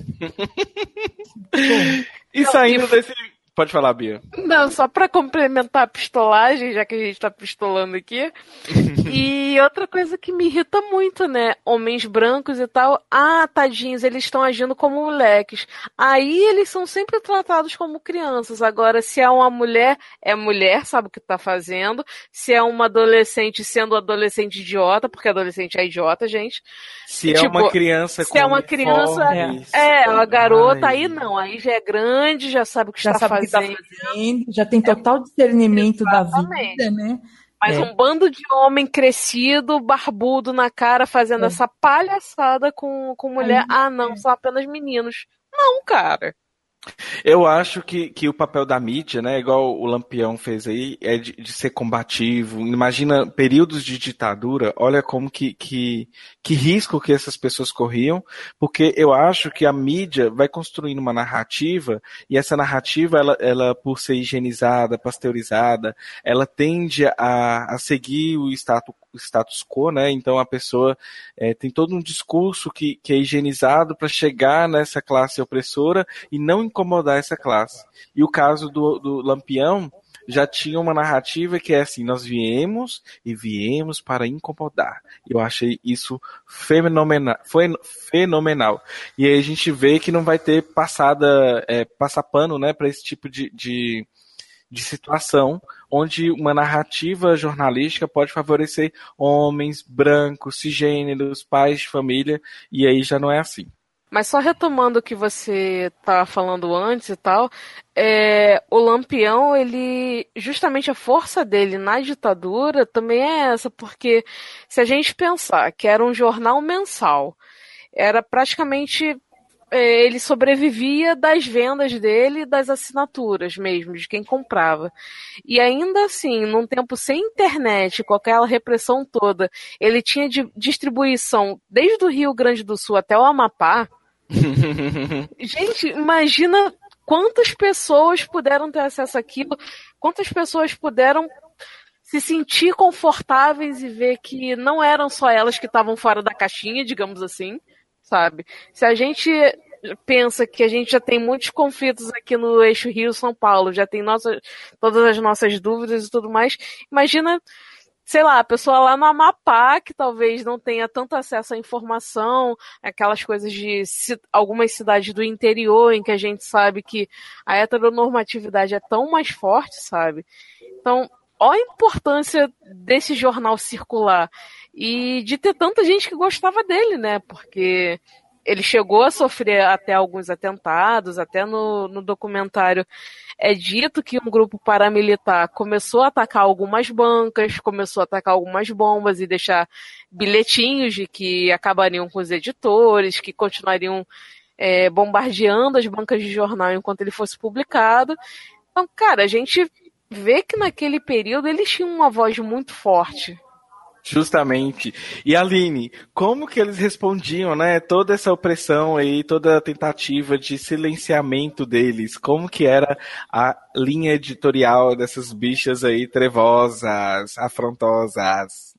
E saindo desse... Pode falar, Bia. Não, só pra complementar a pistolagem, já que a gente tá pistolando aqui. E outra coisa que me irrita muito, né? Homens brancos e tal. Ah, tadinhos, eles estão agindo como moleques. Aí eles são sempre tratados como crianças. Agora, se é uma mulher, é mulher, sabe o que tá fazendo. Se é uma adolescente, sendo adolescente idiota, porque adolescente é idiota, gente. Se é uma criança com Se é uma criança, uma garota, aí não. Aí já é grande, já sabe o que está fazendo. Já tem total discernimento da vida, né? Mas um bando de homem crescido, barbudo na cara, fazendo essa palhaçada com mulher. Ah, não, são apenas meninos. Não, cara. Eu acho que o papel da mídia, né, igual o Lampião fez aí, é de ser combativo. Imagina períodos de ditadura, olha como que risco que essas pessoas corriam, porque eu acho que a mídia vai construindo uma narrativa, e essa narrativa, ela por ser higienizada, pasteurizada, ela tende a seguir o status quo, né? Então a pessoa tem todo um discurso que é higienizado para chegar nessa classe opressora e não incomodar essa classe. E o caso do Lampião já tinha uma narrativa que é assim, nós viemos para incomodar. Eu achei isso fenomenal. E aí a gente vê que não vai ter passar pano, né, para esse tipo de situação, onde uma narrativa jornalística pode favorecer homens, brancos, cisgêneros, pais de família, e aí já não é assim. Mas só retomando o que você estava falando antes e tal, o Lampião, justamente a força dele na ditadura também é essa, porque se a gente pensar que era um jornal mensal, era praticamente... ele sobrevivia das vendas dele e das assinaturas mesmo, de quem comprava. E ainda assim, num tempo sem internet, com aquela repressão toda, ele tinha distribuição desde o Rio Grande do Sul até o Amapá. Gente, imagina quantas pessoas puderam ter acesso àquilo, quantas pessoas puderam se sentir confortáveis e ver que não eram só elas que estavam fora da caixinha, digamos assim. Sabe? Se a gente pensa que a gente já tem muitos conflitos aqui no eixo Rio-São Paulo, já tem todas as nossas dúvidas e tudo mais, imagina, sei lá, a pessoa lá no Amapá, que talvez não tenha tanto acesso à informação, aquelas coisas de algumas cidades do interior, em que a gente sabe que a heteronormatividade é tão mais forte, sabe? Então, olha a importância desse jornal circular e de ter tanta gente que gostava dele, né? Porque ele chegou a sofrer até alguns atentados, até no documentário é dito que um grupo paramilitar começou a atacar algumas bancas, começou a atacar algumas bombas e deixar bilhetinhos de que acabariam com os editores, que continuariam bombardeando as bancas de jornal enquanto ele fosse publicado. Então, cara, a gente vê que naquele período eles tinham uma voz muito forte. Justamente. E Aline, como que eles respondiam, né? Toda essa opressão aí, toda a tentativa de silenciamento deles, como que era a linha editorial dessas bichas aí trevosas, afrontosas?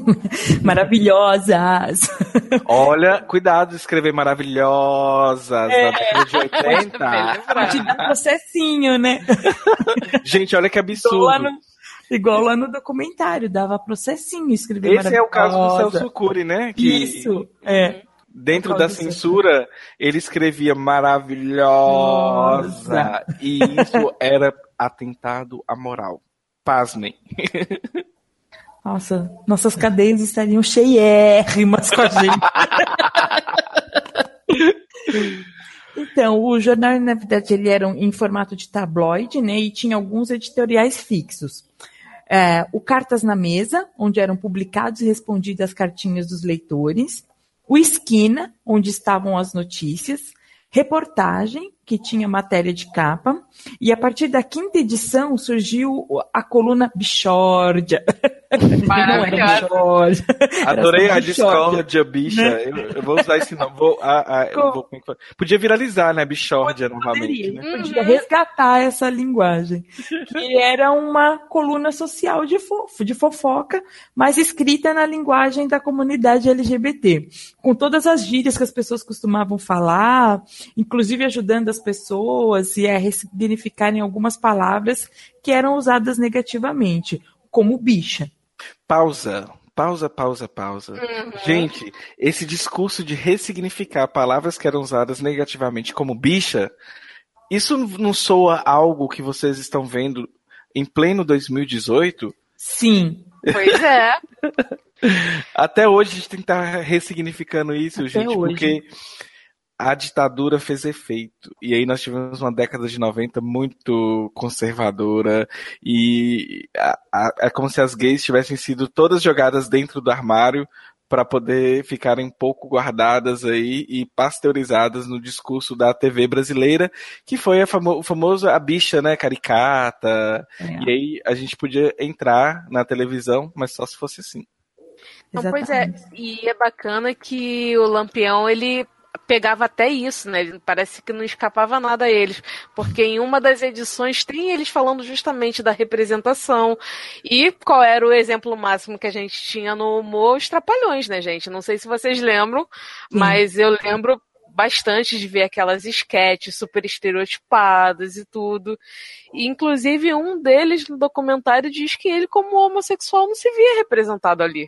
Maravilhosas. Olha, cuidado de escrever maravilhosas na década de 80. Pode dar processinho, né? Gente, olha que absurdo. Igual lá no documentário, dava processinho escrever maravilhosa. Esse é o caso do Celso Cury, né? Que isso, dentro da censura, ele escrevia maravilhosa. E isso era atentado à moral. Pasmem. Nossa, nossas cadeias estariam cheiérrimas com a gente. Então, o jornal, na verdade, ele era em formato de tabloide, né? E tinha alguns editoriais fixos. O Cartas na Mesa, onde eram publicados e respondidas as cartinhas dos leitores. O Esquina, onde estavam as notícias. Reportagem, que tinha matéria de capa. E a partir da 5ª edição surgiu a coluna Bichórdia. Maravilhosa. Adorei a discórdia, bicha. Né? Eu vou usar esse nome. Podia viralizar, né? Bichórdia novamente. Né? Podia resgatar essa linguagem. Que era uma coluna social de fofoca, mas escrita na linguagem da comunidade LGBT. Com todas as gírias que as pessoas costumavam falar, inclusive ajudando as pessoas e a ressignificarem algumas palavras que eram usadas negativamente, como bicha. Pausa. Gente, esse discurso de ressignificar palavras que eram usadas negativamente como bicha, isso não soa algo que vocês estão vendo em pleno 2018? Sim. Pois é. Até hoje a gente tem que estar ressignificando isso, até gente, hoje. Porque a ditadura fez efeito. E aí nós tivemos uma década de 90 muito conservadora e é como se as gays tivessem sido todas jogadas dentro do armário para poder ficarem um pouco guardadas aí e pasteurizadas no discurso da TV brasileira, que foi o famoso a bicha, né, caricata. E aí a gente podia entrar na televisão, mas só se fosse assim. Não, pois é, e é bacana que o Lampião, ele pegava até isso, né? Parece que não escapava nada a eles, porque em uma das edições tem eles falando justamente da representação. E qual era o exemplo máximo que a gente tinha no humor? Os Trapalhões, né, gente? Não sei se vocês lembram, mas eu lembro bastante de ver aquelas esquetes super estereotipadas e tudo. E, inclusive, um deles no documentário diz que ele, como homossexual, não se via representado ali.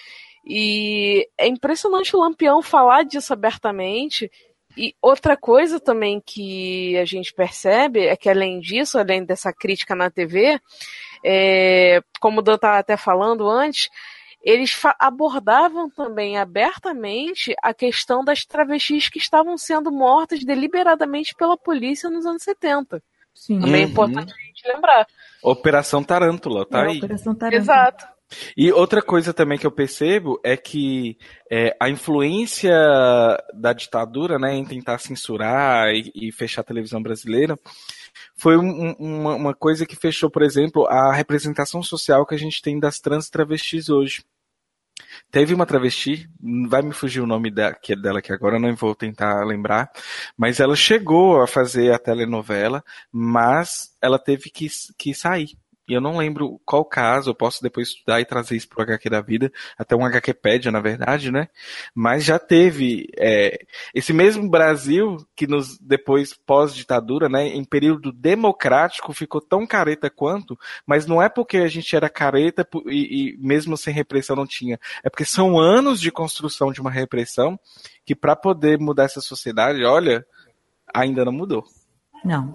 E é impressionante o Lampião falar disso abertamente. E outra coisa também que a gente percebe é que, além disso, além dessa crítica na TV, como o Dan estava até falando antes, eles abordavam também abertamente a questão das travestis que estavam sendo mortas deliberadamente pela polícia nos anos 70. Sim. Também é importante a gente lembrar. Operação Tarântula, tá aí. Operação Tarântula. Exato. E outra coisa também que eu percebo é que a influência da ditadura, né, em tentar censurar e fechar a televisão brasileira foi uma coisa que fechou, por exemplo, a representação social que a gente tem das trans e travestis hoje. Teve uma travesti, vai me fugir o nome dela aqui agora, não vou tentar lembrar, mas ela chegou a fazer a telenovela, mas ela teve que sair. E eu não lembro qual caso, eu posso depois estudar e trazer isso pro HQ da vida, até um HQpedia, na verdade, né? Mas já teve esse mesmo Brasil que depois pós-ditadura, né, em período democrático, ficou tão careta quanto, mas não é porque a gente era careta e mesmo sem repressão não tinha, é porque são anos de construção de uma repressão que para poder mudar essa sociedade, olha, ainda não mudou. Não.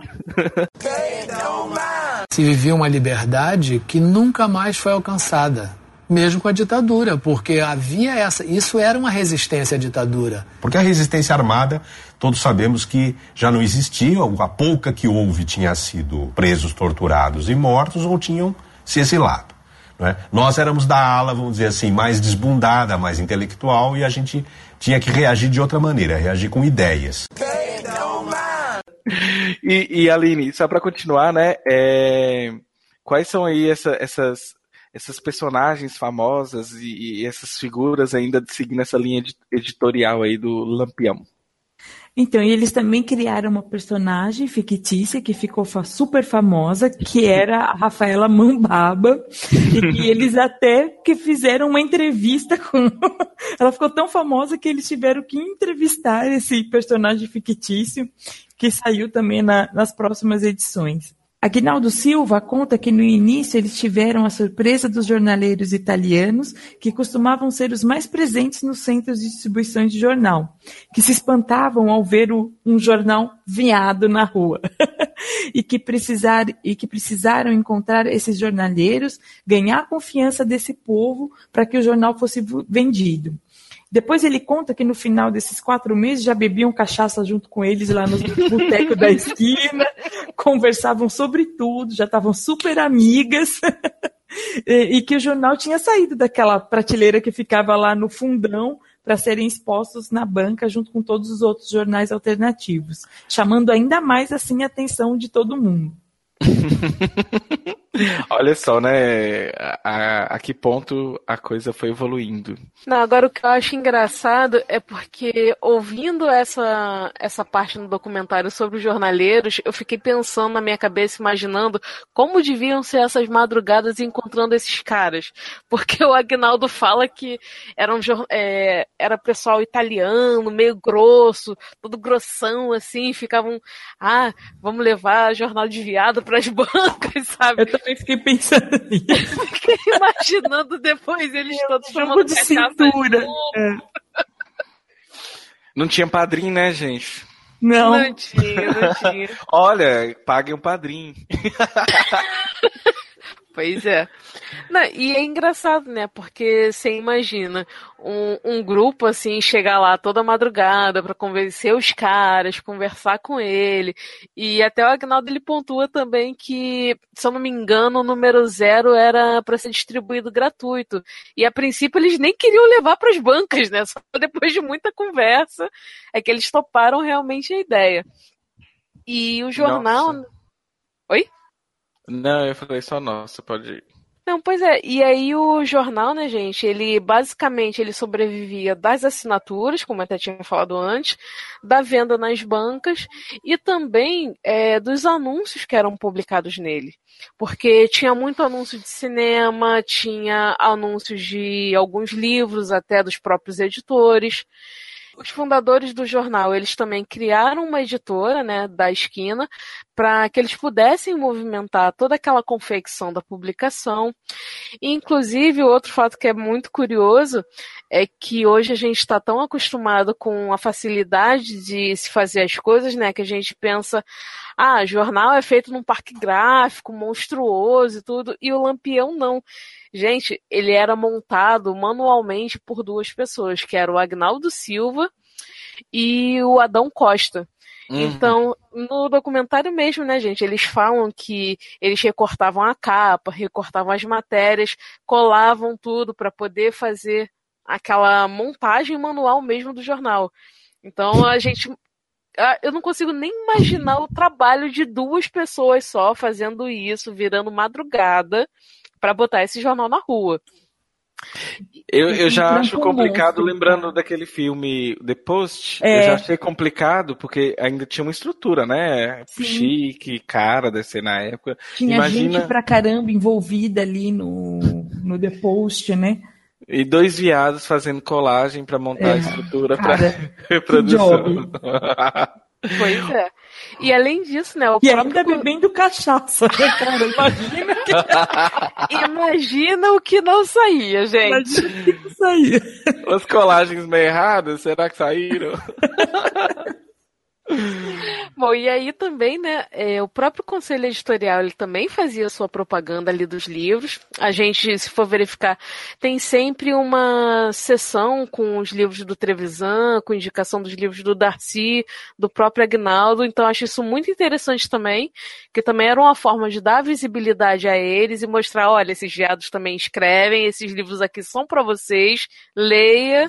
Se vivia uma liberdade que nunca mais foi alcançada, mesmo com a ditadura, porque havia isso era uma resistência à ditadura. Porque a resistência armada, todos sabemos que já não existia, a pouca que houve tinha sido presos, torturados e mortos ou tinham se exilado. Não é? Nós éramos da ala, vamos dizer assim, mais desbundada, mais intelectual, e a gente tinha que reagir de outra maneira, reagir com ideias. E Aline, só para continuar, né? Quais são aí essas personagens famosas e essas figuras ainda seguindo essa linha editorial aí do Lampião? Então, e eles também criaram uma personagem fictícia que ficou super famosa, que era a Rafaela Mambaba, e que eles até que fizeram uma entrevista com... Ela ficou tão famosa que eles tiveram que entrevistar esse personagem fictício, que saiu também nas próximas edições. Aguinaldo Silva conta que no início eles tiveram a surpresa dos jornaleiros italianos, que costumavam ser os mais presentes nos centros de distribuição de jornal, que se espantavam ao ver um jornal viado na rua, e que precisaram encontrar esses jornaleiros, ganhar a confiança desse povo para que o jornal fosse vendido. Depois ele conta que no final desses 4 meses já bebiam cachaça junto com eles lá no boteco da esquina, conversavam sobre tudo, já estavam super amigas, e que o jornal tinha saído daquela prateleira que ficava lá no fundão para serem expostos na banca junto com todos os outros jornais alternativos, chamando ainda mais assim a atenção de todo mundo. Olha só, né? A que ponto a coisa foi evoluindo. Não, agora o que eu acho engraçado é porque, ouvindo essa parte no documentário sobre os jornaleiros, eu fiquei pensando na minha cabeça, imaginando como deviam ser essas madrugadas encontrando esses caras. Porque o Aguinaldo fala que era pessoal italiano, meio grosso, todo grossão, assim, ficavam, vamos levar jornal de viado pras bancas, sabe? Eu também fiquei pensando nisso. Fiquei imaginando depois eles todos chamando de cintura. Não tinha padrinho, né, gente? Não tinha. Olha, paguem um padrinho. Pois é. Não, e é engraçado, né? Porque você imagina um grupo assim chegar lá toda madrugada pra convencer os caras, conversar com ele. E até o Agnaldo ele pontua também que, se eu não me engano, o número 0 era pra ser distribuído gratuito. E a princípio eles nem queriam levar pras bancas, né? Só depois de muita conversa é que eles toparam realmente a ideia. E o jornal. Nossa. Oi? Não, eu falei só nossa, pode ir. Não, pois é. E aí o jornal, né, gente, ele basicamente ele sobrevivia das assinaturas, como eu até tinha falado antes, da venda nas bancas e também dos anúncios que eram publicados nele. Porque tinha muito anúncio de cinema, tinha anúncios de alguns livros, até dos próprios editores. Os fundadores do jornal, eles também criaram uma editora, né, da Esquina, para que eles pudessem movimentar toda aquela confecção da publicação. E, inclusive, outro fato que é muito curioso é que hoje a gente está tão acostumado com a facilidade de se fazer as coisas, né, que a gente pensa, jornal é feito num parque gráfico, monstruoso e tudo, e o Lampião não. Gente, ele era montado manualmente por 2 pessoas, que era o Agnaldo Silva e o Adão Costa. Uhum. Então, no documentário mesmo, né, gente, eles falam que eles recortavam a capa, recortavam as matérias, colavam tudo para poder fazer aquela montagem manual mesmo do jornal. Então, eu não consigo nem imaginar o trabalho de 2 pessoas só fazendo isso, virando madrugada, para botar esse jornal na rua. Eu já acho complicado, lembrando daquele filme The Post, eu já achei complicado, porque ainda tinha uma estrutura, né? Sim. Chique, cara desse na época. Tinha gente pra caramba envolvida ali no The Post, né? E 2 viados fazendo colagem pra montar a estrutura pra reprodução. Pois é. E além disso, né? Ainda bebendo cachaça, né, cara? Imagina o que não saía, gente. Imagina o que não saía. As colagens meio erradas, será que saíram? Bom, e aí também, né, o próprio conselho editorial, ele também fazia sua propaganda ali dos livros. A gente, se for verificar, tem sempre uma seção com os livros do Trevisan, com indicação dos livros do Darcy, do próprio Agnaldo. Então, acho isso muito interessante também, que também era uma forma de dar visibilidade a eles e mostrar, olha, esses viados também escrevem, esses livros aqui são para vocês, leia.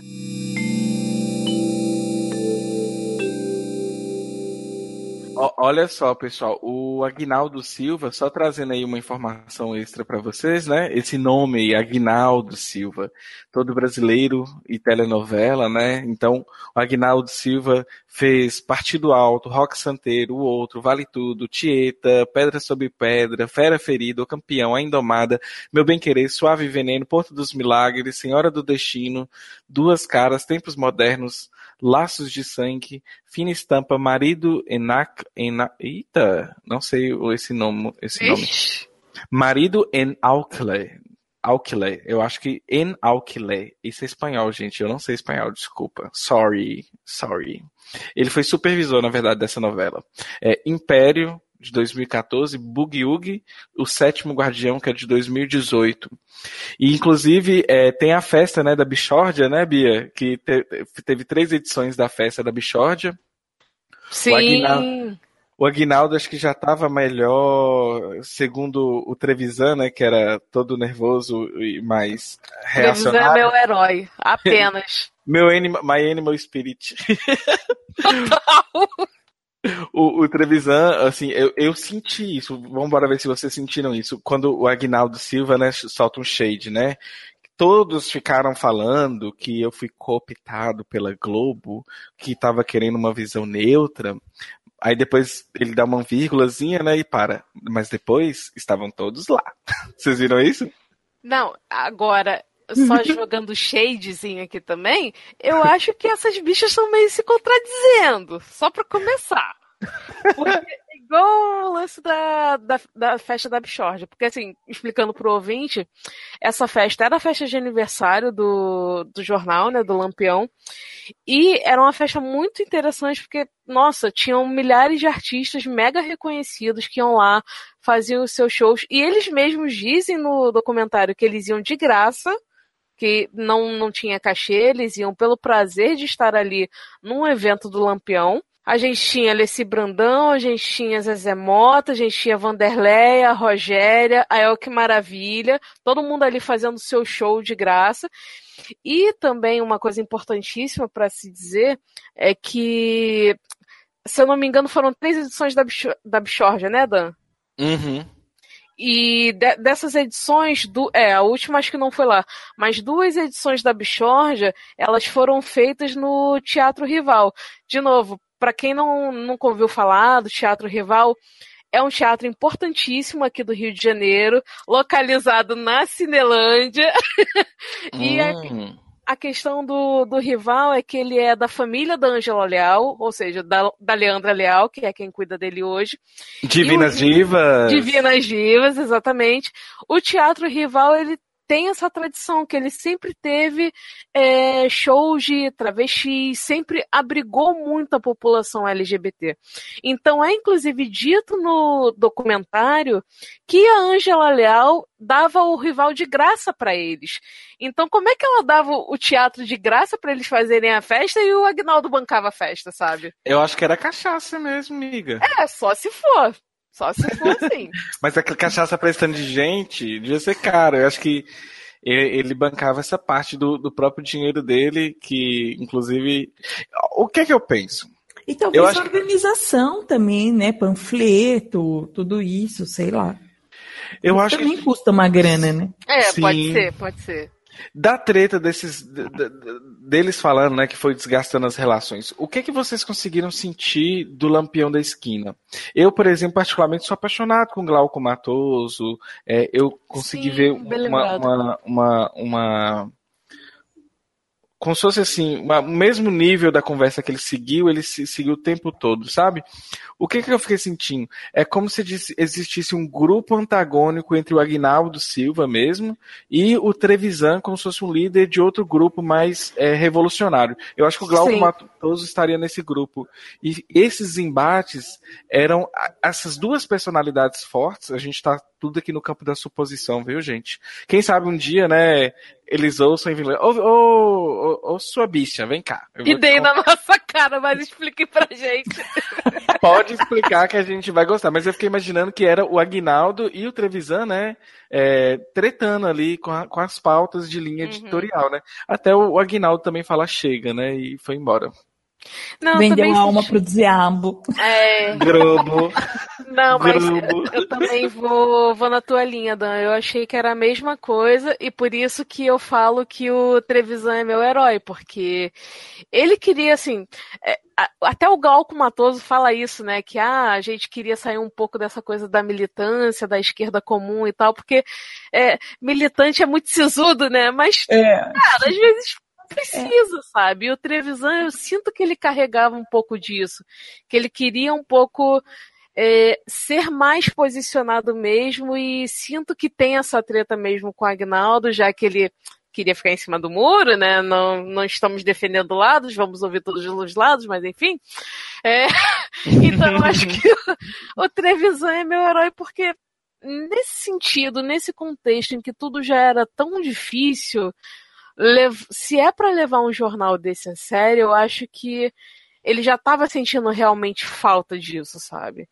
Olha só, pessoal, o Agnaldo Silva, só trazendo aí uma informação extra para vocês, né? Esse nome, Agnaldo Silva, todo brasileiro e telenovela, né? Então, o Agnaldo Silva fez Partido Alto, Rock Santeiro, O Outro, Vale Tudo, Tieta, Pedra sobre Pedra, Fera Ferida, O Campeão, A Indomada, Meu Bem Querer, Suave Veneno, Porto dos Milagres, Senhora do Destino, Duas Caras, Tempos Modernos, Laços de Sangue, Fina Estampa, Marido Eita, não sei esse nome. Marido en Alquiler. Eu acho que en Alquiler. Isso é espanhol, gente. Eu não sei espanhol, desculpa. Sorry. Ele foi supervisor, na verdade, dessa novela. Império, de 2014, Boogie Woogie, O Sétimo Guardião, que é de 2018. E, inclusive, tem a festa, né, da Bichórdia, né, Bia? Que teve 3 edições da festa da Bichórdia. Sim. O Agnaldo acho que já estava melhor, segundo o Trevisan, né, que era todo nervoso e mais reacionário. Trevisan é meu herói, apenas. My Animal Spirit. Total. O Trevisan, assim, eu senti isso, vamos embora ver se vocês sentiram isso, quando o Agnaldo Silva, né, solta um shade, né, todos ficaram falando que eu fui cooptado pela Globo, que estava querendo uma visão neutra, aí depois ele dá uma vírgulazinha, né, e para, mas depois estavam todos lá. Vocês viram isso? Não, agora, só jogando shadezinho aqui também, eu acho que essas bichas estão meio se contradizendo, só pra começar. Porque é igual o lance da festa da Abchorja. Porque, assim, explicando pro ouvinte, essa festa era a festa de aniversário do jornal, né, do Lampião. E era uma festa muito interessante porque, nossa, tinham milhares de artistas mega reconhecidos que iam lá, faziam os seus shows. E eles mesmos dizem no documentário que eles iam de graça, que não tinha cachê, eles iam pelo prazer de estar ali num evento do Lampião. A gente tinha Alessi Brandão, a gente tinha Zezé Mota, a gente tinha Vanderleia, Rogéria, a El Que Maravilha, todo mundo ali fazendo seu show de graça. E também uma coisa importantíssima para se dizer é que, se eu não me engano, foram 3 edições da Abchorja, né, Dan? Uhum. E dessas edições, a última acho que não foi lá, mas 2 edições da Abchorja, elas foram feitas no Teatro Rival. De novo, para quem nunca ouviu falar do Teatro Rival, é um teatro importantíssimo aqui do Rio de Janeiro, localizado na Cinelândia. E a questão do Rival é que ele é da família da Ângela Leal, ou seja, da Leandra Leal, que é quem cuida dele hoje. Divinas Divas. Divinas Divas, exatamente. O Teatro Rival, ele tem essa tradição, que ele sempre teve shows de travestis, sempre abrigou muito a população LGBT. Então é inclusive dito no documentário que a Ângela Leal dava o Rival de graça para eles. Então como é que ela dava o teatro de graça para eles fazerem a festa e o Aguinaldo bancava a festa, sabe? Eu acho que era cachaça mesmo, amiga. Só se for. Só se for assim. Mas aquela cachaça prestando de gente devia ser caro. Eu acho que ele bancava essa parte do próprio dinheiro dele, que, inclusive... O que é que eu penso? E talvez organização também, né? Panfleto, tudo isso, sei lá. Eu acho também custa uma grana, né? Sim. Pode ser. Da treta deles falando, né, que foi desgastando as relações, o que vocês conseguiram sentir do Lampião da Esquina? Eu, por exemplo, particularmente sou apaixonado com Glauco Matoso, eu consegui ver uma como se fosse assim, o mesmo nível da conversa que ele seguiu o tempo todo, sabe? O que eu fiquei sentindo? É como se existisse um grupo antagônico entre o Aguinaldo Silva mesmo e o Trevisan, como se fosse um líder de outro grupo mais revolucionário. Eu acho que o Glauco Matoso estaria nesse grupo. E esses embates eram essas duas personalidades fortes. A gente tá tudo aqui no campo da suposição, viu, gente? Quem sabe um dia, né, eles ouçam e vêm lá, ô sua bicha, vem cá. E dei na nossa cara, mas explique pra gente. Pode explicar que a gente vai gostar, mas eu fiquei imaginando que era o Aguinaldo e o Trevisan, né, tretando ali com as pautas de linha editorial, né? Até o Aguinaldo também fala chega, né, e foi embora. Não, vendeu a alma pro diabo. Globo. Não, mas eu também vou na tua linha, Dan. Eu achei que era a mesma coisa e por isso que eu falo que o Trevisan é meu herói, porque ele queria, assim... até o Glauco Matoso fala isso, né? Que a gente queria sair um pouco dessa coisa da militância, da esquerda comum e tal, porque militante é muito sisudo, né? Mas, cara, às vezes... precisa, sabe? E o Trevisan, eu sinto que ele carregava um pouco disso, que ele queria um pouco ser mais posicionado mesmo, e sinto que tem essa treta mesmo com o Aguinaldo, já que ele queria ficar em cima do muro, né? Não estamos defendendo lados, vamos ouvir todos os lados, mas enfim. Então eu acho que o Trevisan é meu herói, porque nesse sentido, nesse contexto em que tudo já era tão difícil, se é para levar um jornal desse a sério, eu acho que ele já estava sentindo realmente falta disso, sabe?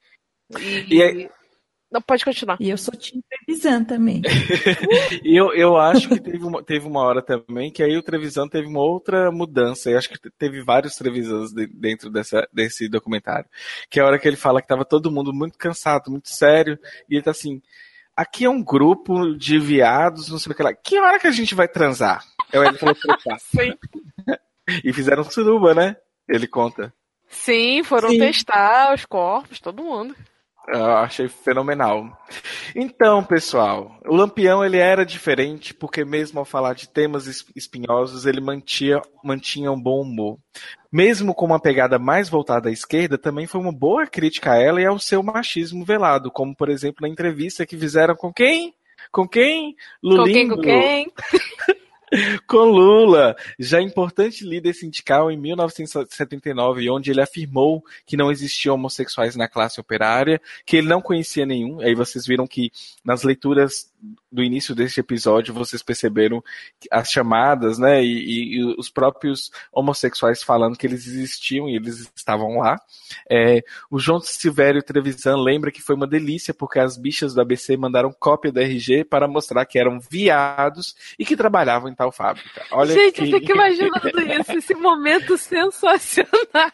Não, pode continuar. E eu sou Tim Trevisan também. E eu acho que teve uma hora também que aí o Trevisan teve uma outra mudança. Eu acho que teve vários Trevisans dentro desse documentário. Que é a hora que ele fala que estava todo mundo muito cansado, muito sério, e ele tá assim... Aqui é um grupo de viados, não sei o que lá. Que hora que a gente vai transar? Ele falou Sim. E fizeram suruba, né? Ele conta. Sim, foram testar os corpos, todo mundo. Eu achei fenomenal. Então, pessoal, o Lampião ele era diferente porque mesmo ao falar de temas espinhosos, ele mantinha um bom humor. Mesmo com uma pegada mais voltada à esquerda, também foi uma boa crítica a ela e ao seu machismo velado, como por exemplo na entrevista que fizeram com quem? Com quem? Lulindo. Com quem? Com Lula, já importante líder sindical em 1979, onde ele afirmou que não existiam homossexuais na classe operária, que ele não conhecia nenhum. Aí vocês viram que nas leituras do início deste episódio, vocês perceberam as chamadas, né, e os próprios homossexuais falando que eles existiam e eles estavam lá. O João Silvério Trevisan lembra que foi uma delícia porque as bichas do ABC mandaram cópia do RG para mostrar que eram viados e que trabalhavam em tal fábrica. Olha, gente, eu fico imaginando isso, esse momento sensacional.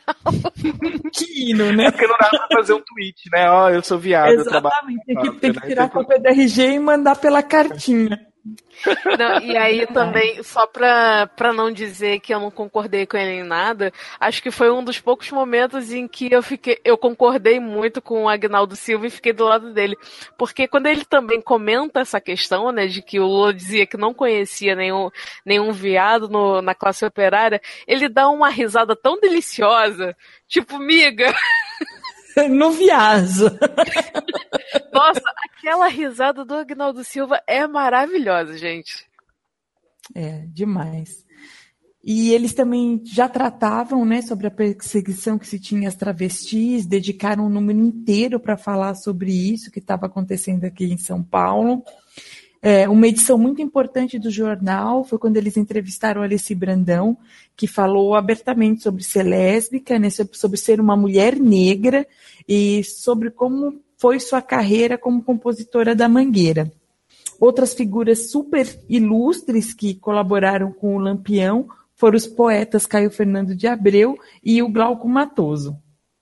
Que hino, né? É porque não dá pra fazer um tweet, né? Ó, eu sou viado. Exatamente, tem que tirar a cópia do RG e mandar pela cartinha. Não, e aí também, só pra não dizer que eu não concordei com ele em nada, acho que foi um dos poucos momentos em que eu concordei muito com o Agnaldo Silva e fiquei do lado dele. Porque quando ele também comenta essa questão, né, de que o Lula dizia que não conhecia nenhum viado na classe operária, ele dá uma risada tão deliciosa, tipo, miga... No viaso. Nossa, aquela risada do Agnaldo Silva é maravilhosa, gente. É, demais. E eles também já tratavam, né, sobre a perseguição que se tinha às travestis, dedicaram um número inteiro para falar sobre isso que estava acontecendo aqui em São Paulo. Uma edição muito importante do jornal foi quando eles entrevistaram a Alice Brandão, que falou abertamente sobre ser lésbica, né, sobre ser uma mulher negra e sobre como foi sua carreira como compositora da Mangueira. Outras figuras super ilustres que colaboraram com o Lampião foram os poetas Caio Fernando de Abreu e o Glauco Matoso.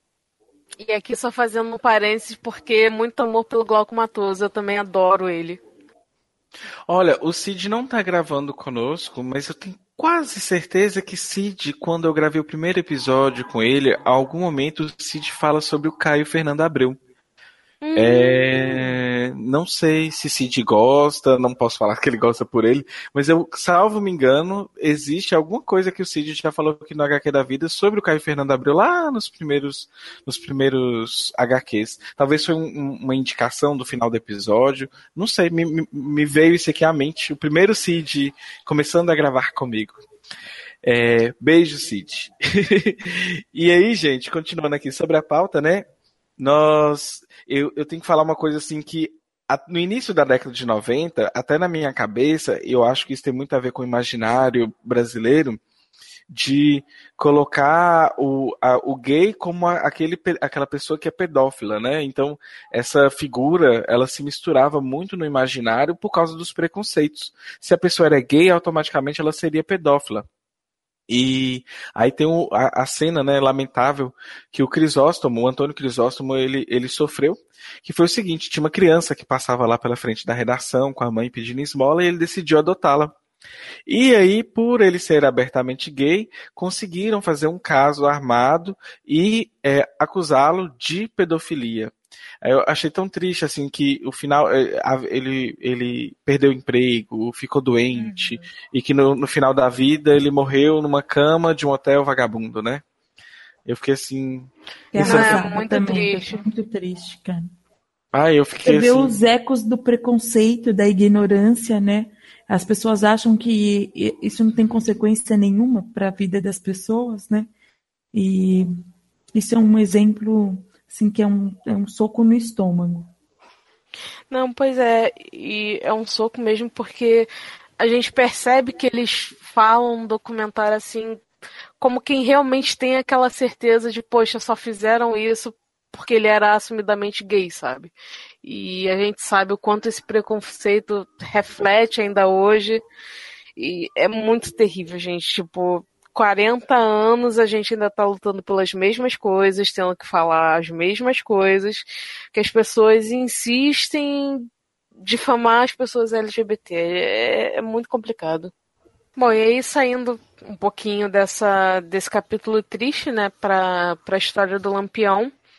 E aqui só fazendo um parênteses, porque muito amor pelo Glauco Matoso, eu também adoro ele. Olha, o Cid não tá gravando conosco, mas eu tenho quase certeza que Cid, quando eu gravei o primeiro episódio com ele, a algum momento o Cid fala sobre o Caio Fernando Abreu. Não sei se Cid gosta, não posso falar que ele gosta por ele, mas eu, salvo me engano, existe alguma coisa que o Cid já falou aqui no HQ da vida sobre o Caio Fernando Abreu lá nos primeiros HQs. Talvez foi uma indicação do final do episódio, não sei, me veio isso aqui à mente, o primeiro Cid começando a gravar comigo. Beijo, Cid. E aí, gente, continuando aqui sobre a pauta, né? Eu tenho que falar uma coisa assim que no início da década de 90, até na minha cabeça, eu acho que isso tem muito a ver com o imaginário brasileiro, de colocar o gay como aquela pessoa que é pedófila, né? Então, essa figura, ela se misturava muito no imaginário por causa dos preconceitos. Se a pessoa era gay, automaticamente ela seria pedófila. E aí tem a cena, né, lamentável, que o Antônio Crisóstomo, ele sofreu, que foi o seguinte: tinha uma criança que passava lá pela frente da redação com a mãe pedindo esmola e ele decidiu adotá-la. E aí, por ele ser abertamente gay, conseguiram fazer um caso armado e acusá-lo de pedofilia. Eu achei tão triste, assim, que o final ele perdeu o emprego, ficou doente, e que no final da vida ele morreu numa cama de um hotel vagabundo, né? Eu fiquei assim... Muito triste. Muito triste, cara. Eu fiquei Você vê assim... os ecos do preconceito, da ignorância, né? As pessoas acham que isso não tem consequência nenhuma para a vida das pessoas, né? E isso é um exemplo... assim, que é um soco no estômago. Não, pois é, e é um soco mesmo porque a gente percebe que eles falam no documentário assim, como quem realmente tem aquela certeza de, poxa, só fizeram isso porque ele era assumidamente gay, sabe? E a gente sabe o quanto esse preconceito reflete ainda hoje, e é muito terrível, gente, tipo... 40 anos a gente ainda tá lutando pelas mesmas coisas, tendo que falar as mesmas coisas, que as pessoas insistem em difamar as pessoas LGBT. É muito complicado. Bom, e aí saindo um pouquinho desse capítulo triste, né, pra história do Lampião,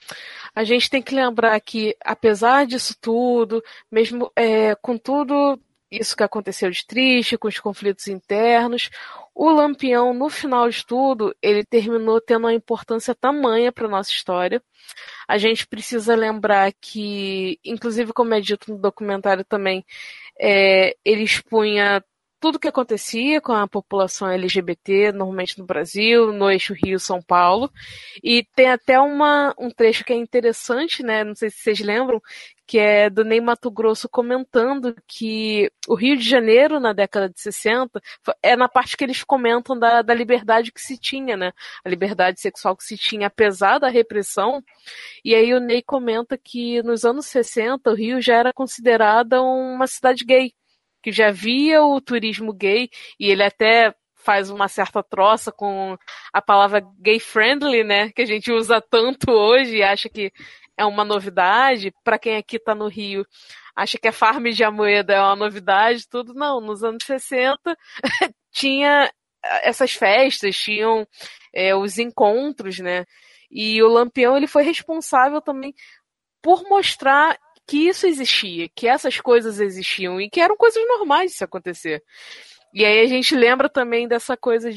A gente tem que lembrar que, apesar disso tudo, mesmo com tudo isso que aconteceu de triste, com os conflitos internos, o Lampião, no final de tudo, ele terminou tendo uma importância tamanha para a nossa história. A gente precisa lembrar que, inclusive como é dito no documentário também, ele expunha tudo o que acontecia com a população LGBT, normalmente no Brasil, no eixo Rio-São Paulo. E tem até um trecho que é interessante, né? Não sei se vocês lembram, que é do Ney Matogrosso comentando que o Rio de Janeiro, na década de 60, é na parte que eles comentam da liberdade que se tinha, né? A liberdade sexual que se tinha, apesar da repressão. E aí o Ney comenta que nos anos 60 o Rio já era considerada uma cidade gay, que já havia o turismo gay, e ele até faz uma certa troça com a palavra gay-friendly, né, que a gente usa tanto hoje e acha que é uma novidade. Para quem aqui está no Rio, acha que a Farm de Amoedo é uma novidade, tudo. Não, nos anos 60 tinha essas festas, tinham os encontros, né, e o Lampião ele foi responsável também por mostrar que isso existia, que essas coisas existiam e que eram coisas normais de se acontecer. E aí a gente lembra também dessa coisa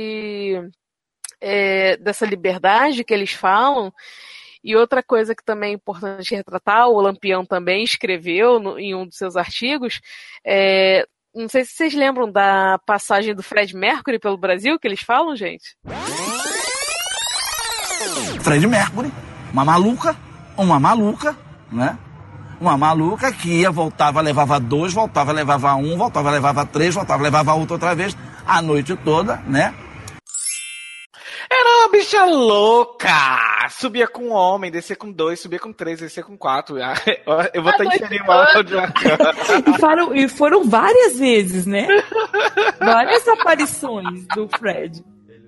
dessa liberdade que eles falam. E outra coisa que também é importante retratar, o Lampião também escreveu em um dos seus artigos, não sei se vocês lembram da passagem do Fred Mercury pelo Brasil, que eles falam, gente? Fred Mercury, uma maluca, né? Uma maluca que ia, voltava, levava 2, voltava, levava 1, voltava, levava 3, voltava, levava outra vez, a noite toda, né? Era uma bicha louca! Subia com 1 homem, descia com 2, subia com 3, descia com 4. Eu vou até inserir uma áudio. E foram várias vezes, né? Várias aparições do Fred.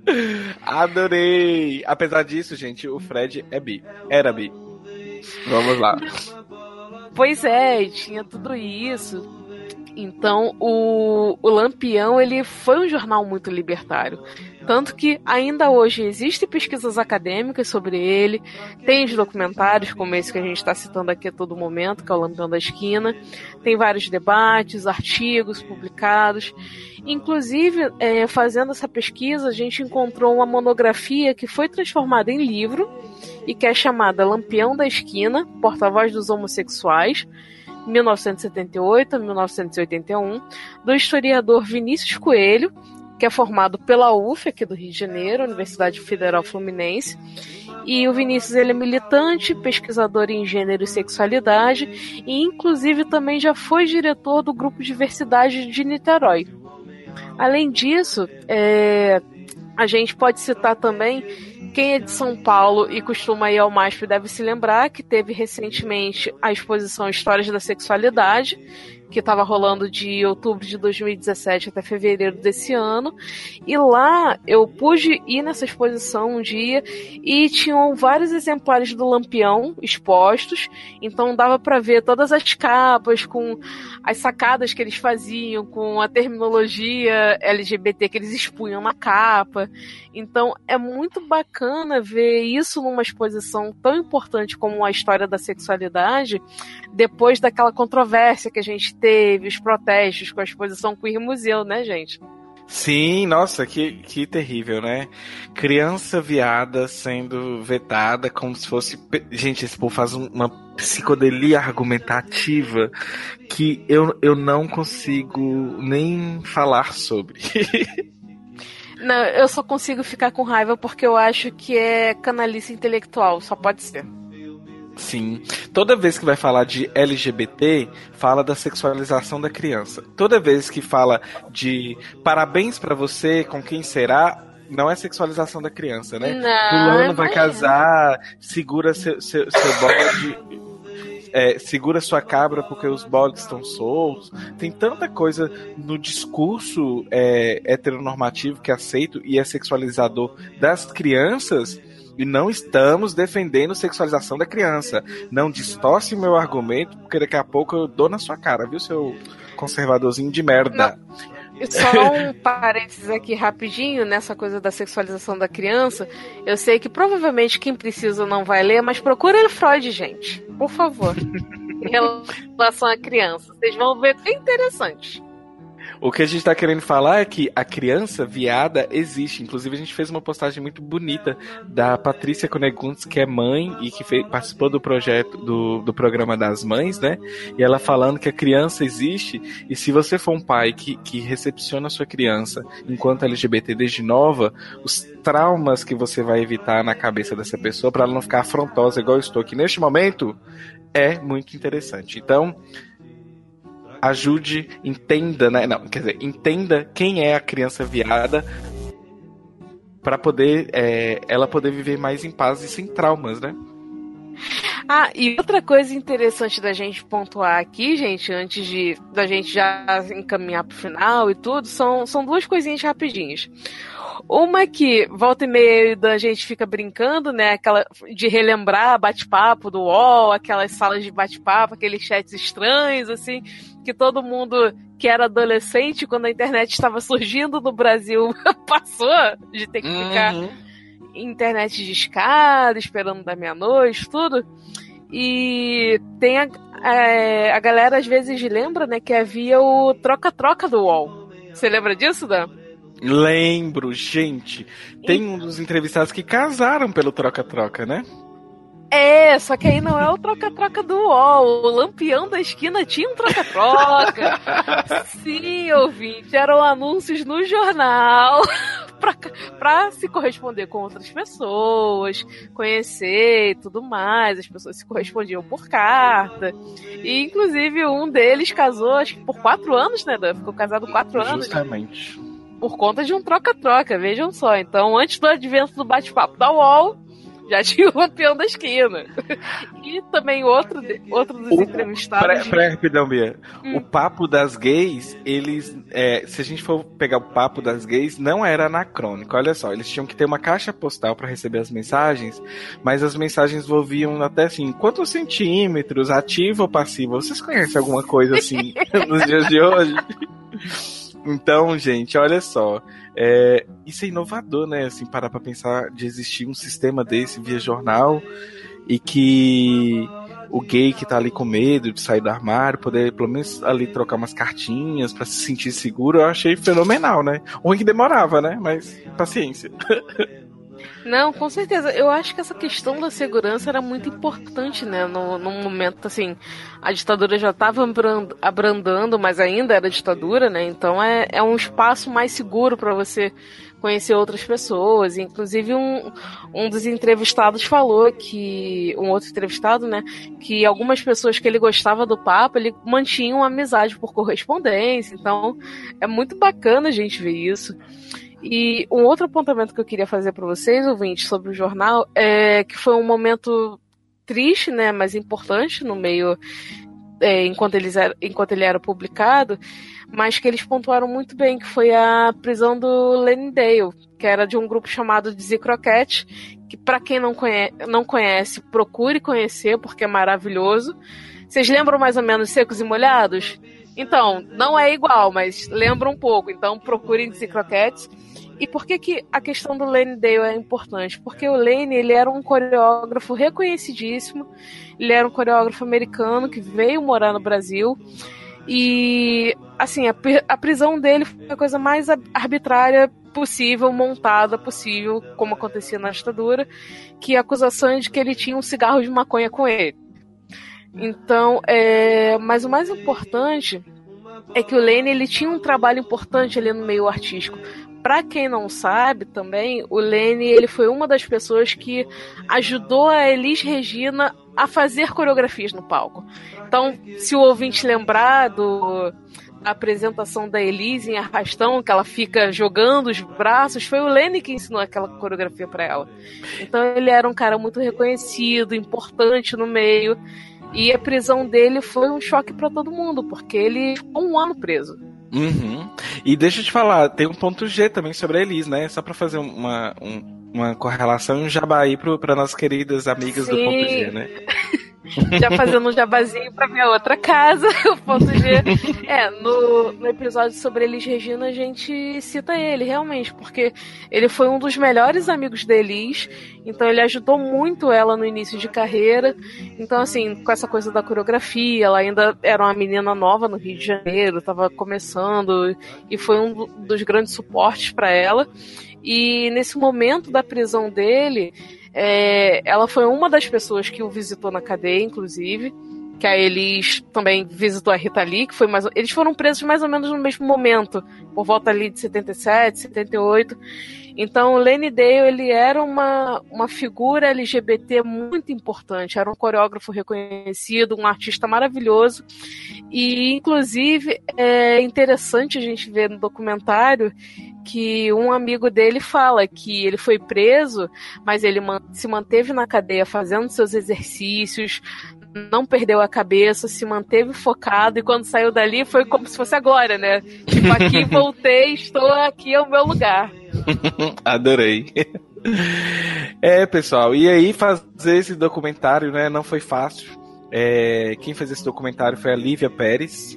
Adorei! Apesar disso, gente, o Fred é bi. Era bi. Vamos lá. Pois é, tinha tudo isso. Então, o Lampião, ele foi um jornal muito libertário. Tanto que ainda hoje existem pesquisas acadêmicas sobre ele, tem os documentários como esse que a gente está citando aqui a todo momento, que é o Lampião da Esquina, tem vários debates, artigos publicados. Inclusive, fazendo essa pesquisa, a gente encontrou uma monografia que foi transformada em livro e que é chamada Lampião da Esquina, Porta-Voz dos Homossexuais, 1978 a 1981, do historiador Vinícius Coelho, que é formado pela UF, aqui do Rio de Janeiro, Universidade Federal Fluminense. E o Vinícius, ele é militante, pesquisador em gênero e sexualidade, e inclusive também já foi diretor do Grupo Diversidade de Niterói. Além disso, a gente pode citar também, quem é de São Paulo e costuma ir ao MASP deve se lembrar que teve recentemente a exposição Histórias da Sexualidade, que estava rolando de outubro de 2017 até fevereiro desse ano, e lá eu pude ir nessa exposição um dia e tinham vários exemplares do Lampião expostos, então dava para ver todas as capas com as sacadas que eles faziam, com a terminologia LGBT que eles expunham na capa. Então é muito bacana ver isso numa exposição tão importante como a história da sexualidade, depois daquela controvérsia que a gente teve, os protestos com a exposição Queer Museu, né, gente? Sim, nossa, que terrível, né? Criança viada sendo vetada como se fosse... Gente, esse povo faz uma psicodelia argumentativa que eu não consigo nem falar sobre. Não, eu só consigo ficar com raiva porque eu acho que é canalice intelectual, só pode ser. Sim. Toda vez que vai falar de LGBT, fala da sexualização da criança. Toda vez que fala de parabéns pra você, com quem será, não é sexualização da criança, né? Fulano vai casar, segura seu bode, segura sua cabra porque os bodes estão soltos. Tem tanta coisa no discurso heteronormativo que é aceito e é sexualizador das crianças. E não estamos defendendo sexualização da criança. Não distorce meu argumento, porque daqui a pouco eu dou na sua cara, viu, seu conservadorzinho de merda. Não. E só um parênteses aqui rapidinho, nessa coisa da sexualização da criança. Eu sei que provavelmente quem precisa não vai ler, mas procura Freud, gente. Por favor. Em relação à criança. Vocês vão ver que é interessante. O que a gente tá querendo falar é que a criança viada existe. Inclusive, a gente fez uma postagem muito bonita da Patrícia Conegundes, que é mãe e que participou do projeto do programa das mães, né? E ela falando que a criança existe, e se você for um pai que recepciona a sua criança enquanto LGBT desde nova, os traumas que você vai evitar na cabeça dessa pessoa para ela não ficar afrontosa igual eu estou aqui neste momento, é muito interessante. Então, ajude, entenda, né? Não, quer dizer, entenda quem é a criança viada para poder ela poder viver mais em paz e sem traumas, né? Ah, e outra coisa interessante da gente pontuar aqui, gente, antes da gente já encaminhar pro final e tudo, são duas coisinhas rapidinhas. Uma que volta e meia a gente fica brincando, né? Aquela de relembrar bate-papo do UOL, aquelas salas de bate-papo, aqueles chats estranhos, assim, que todo mundo que era adolescente, quando a internet estava surgindo no Brasil, passou de ter que ficar em internet de escada, esperando da meia-noite, tudo. E tem a galera às vezes lembra, né, que havia o troca-troca do UOL. Você lembra disso, Dan? Lembro, gente. Tem um dos entrevistados que casaram pelo troca-troca, né? Só que aí não é o troca-troca do UOL. O Lampião da esquina tinha um troca-troca. Sim, ouvinte, eram anúncios no jornal pra se corresponder com outras pessoas, conhecer e tudo mais. As pessoas se correspondiam por carta. E, inclusive, um deles casou, acho que por 4 anos, né, Dan? Ficou casado 4 anos. Justamente. Por conta de um troca-troca, vejam só. Então, antes do advento do bate-papo da UOL, já tinha o Lampião da esquina. E também outro dos entrevistados... Rapidão, Bia. O papo das gays, eles... se a gente for pegar o papo das gays, não era anacrônico. Olha só, eles tinham que ter uma caixa postal para receber as mensagens, mas as mensagens envolviam até assim, quantos centímetros, ativo ou passivo? Vocês conhecem alguma coisa assim nos dias de hoje? Então, gente, olha só, isso é inovador, né, assim, parar pra pensar de existir um sistema desse via jornal e que o gay que tá ali com medo de sair do armário, poder pelo menos ali trocar umas cartinhas pra se sentir seguro, eu achei fenomenal, né? Ruim que demorava, né, mas paciência. Não, com certeza. Eu acho que essa questão da segurança era muito importante, né? Num momento, assim, a ditadura já estava abrandando, mas ainda era ditadura, né? Então é um espaço mais seguro para você conhecer outras pessoas. Inclusive, um dos entrevistados falou que... Um outro entrevistado, né? Que algumas pessoas que ele gostava do papo, ele mantinha uma amizade por correspondência. Então, é muito bacana a gente ver isso. E um outro apontamento que eu queria fazer para vocês, ouvintes, sobre o jornal, é que foi um momento triste, né, mas importante no meio, enquanto ele era publicado, mas que eles pontuaram muito bem, que foi a prisão do Lenny Dale, que era de um grupo chamado Dizzy Crockett, que para quem não conhece, procure conhecer, porque é maravilhoso. Vocês lembram mais ou menos Secos e Molhados? Então, não é igual, mas lembra um pouco. Então, procurem Dizzy Crockett. E por que a questão do Lenny Dale é importante? Porque o Lenny, ele era um coreógrafo reconhecidíssimo. Ele era um coreógrafo americano que veio morar no Brasil. E, assim, a prisão dele foi a coisa mais arbitrária possível, montada possível, como acontecia na ditadura, que a acusação é de que ele tinha um cigarro de maconha com ele. Então, mas o mais importante é que o Lenny, ele tinha um trabalho importante ali no meio artístico. Para quem não sabe também, o Lenny, ele foi uma das pessoas que ajudou a Elis Regina a fazer coreografias no palco. Então, se o ouvinte lembrar da apresentação da Elis em Arrastão, que ela fica jogando os braços, foi o Lenny que ensinou aquela coreografia para ela. Então, ele era um cara muito reconhecido, importante no meio. E a prisão dele foi um choque para todo mundo, porque ele ficou 1 ano preso. Uhum. E deixa eu te falar, tem um ponto G também sobre a Elis, né? Só pra fazer uma correlação e um jabá aí pra nossas queridas amigas. Sim. Do ponto G, né? Já fazendo um jabazinho pra minha outra casa, o ponto G. No episódio sobre Elis Regina, a gente cita ele, realmente, porque ele foi um dos melhores amigos da Elis, então ele ajudou muito ela no início de carreira. Então, assim, com essa coisa da coreografia, ela ainda era uma menina nova no Rio de Janeiro, estava começando, e foi um dos grandes suportes para ela. E nesse momento da prisão dele, ela foi uma das pessoas que o visitou na cadeia, inclusive, que a Elis também visitou a Rita Lee, que foi eles foram presos mais ou menos no mesmo momento, por volta ali de 77, 78. Então, o Lenny Dale, ele era uma figura LGBT muito importante, era um coreógrafo reconhecido, um artista maravilhoso, e inclusive é interessante a gente ver no documentário que um amigo dele fala que ele foi preso, mas ele se manteve na cadeia fazendo seus exercícios, não perdeu a cabeça, se manteve focado, e quando saiu dali foi como se fosse agora, né? Tipo, aqui voltei, estou aqui, é o meu lugar. Adorei. Pessoal, e aí fazer esse documentário, né, não foi fácil. Quem fez esse documentário foi a Lívia Pérez,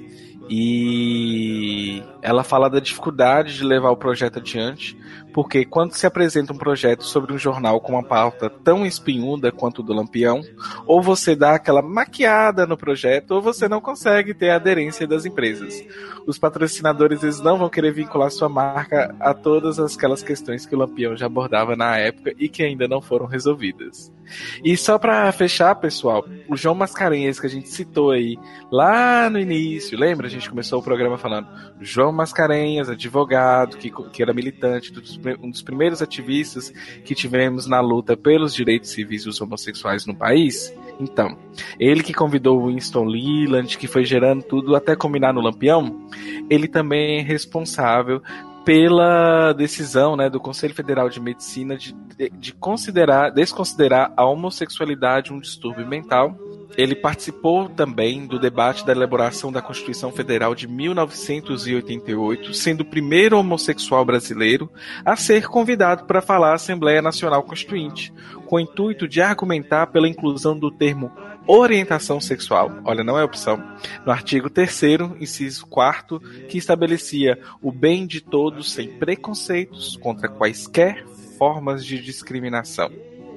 e ela fala da dificuldade de levar o projeto adiante, porque quando se apresenta um projeto sobre um jornal com uma pauta tão espinhuda quanto o do Lampião, ou você dá aquela maquiada no projeto, ou você não consegue ter a aderência das empresas. Os patrocinadores, eles não vão querer vincular sua marca a todas aquelas questões que o Lampião já abordava na época e que ainda não foram resolvidas. E só para fechar, pessoal, o João Mascarenhas, que a gente citou aí lá no início, lembra? A gente começou o programa falando João Mascarenhas, advogado, que era militante, um dos primeiros ativistas que tivemos na luta pelos direitos civis dos homossexuais no país. Então, ele que convidou o Winston Leland, que foi gerando tudo até combinar no Lampião, ele também é responsável pela decisão, né, do Conselho Federal de Medicina de desconsiderar a homossexualidade um distúrbio mental. Ele participou também do debate da elaboração da Constituição Federal de 1988, sendo o primeiro homossexual brasileiro a ser convidado para falar à Assembleia Nacional Constituinte, com o intuito de argumentar pela inclusão do termo orientação sexual, olha, não é opção, no artigo 3º, inciso 4º, que estabelecia o bem de todos sem preconceitos contra quaisquer formas de discriminação.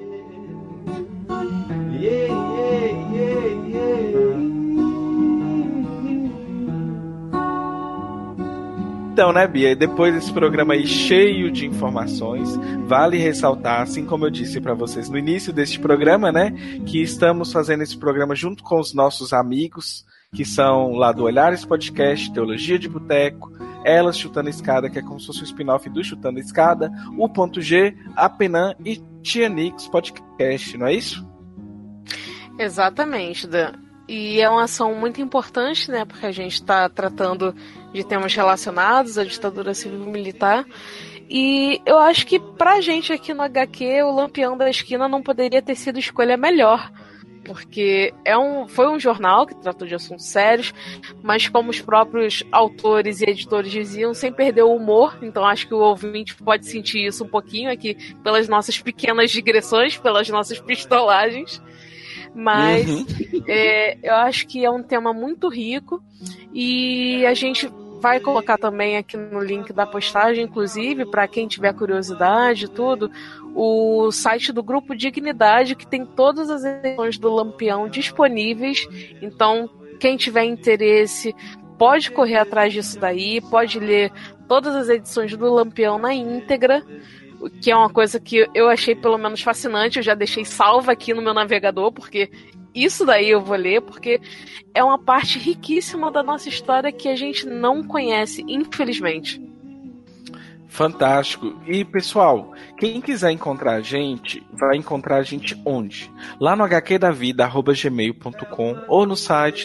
Então, né, Bia, depois desse programa aí cheio de informações, vale ressaltar, assim como eu disse para vocês no início deste programa, né, que estamos fazendo esse programa junto com os nossos amigos, que são lá do Olhares Podcast, Teologia de Boteco, Elas Chutando a Escada, que é como se fosse um spin-off do Chutando a Escada, o Ponto G, a Penan e Tia Nix Podcast, não é isso? Exatamente, Dan. E é uma ação muito importante, né, porque a gente está tratando de temas relacionados à ditadura civil-militar. E eu acho que pra gente aqui no HQ, o Lampião da Esquina não poderia ter sido escolha melhor. Porque foi um jornal que tratou de assuntos sérios, mas como os próprios autores e editores diziam, sem perder o humor. Então acho que o ouvinte pode sentir isso um pouquinho aqui pelas nossas pequenas digressões, pelas nossas pistolagens. Mas eu acho que é um tema muito rico e a gente vai colocar também aqui no link da postagem, inclusive, para quem tiver curiosidade e tudo, o site do Grupo Dignidade, que tem todas as edições do Lampião disponíveis. Então, quem tiver interesse pode correr atrás disso daí, pode ler todas as edições do Lampião na íntegra, que é uma coisa que eu achei pelo menos fascinante. Eu já deixei salva aqui no meu navegador, porque isso daí eu vou ler, porque é uma parte riquíssima da nossa história que a gente não conhece, infelizmente. Fantástico. E, pessoal, quem quiser encontrar a gente, vai encontrar a gente onde? Lá no hqdavida@gmail.com ou no site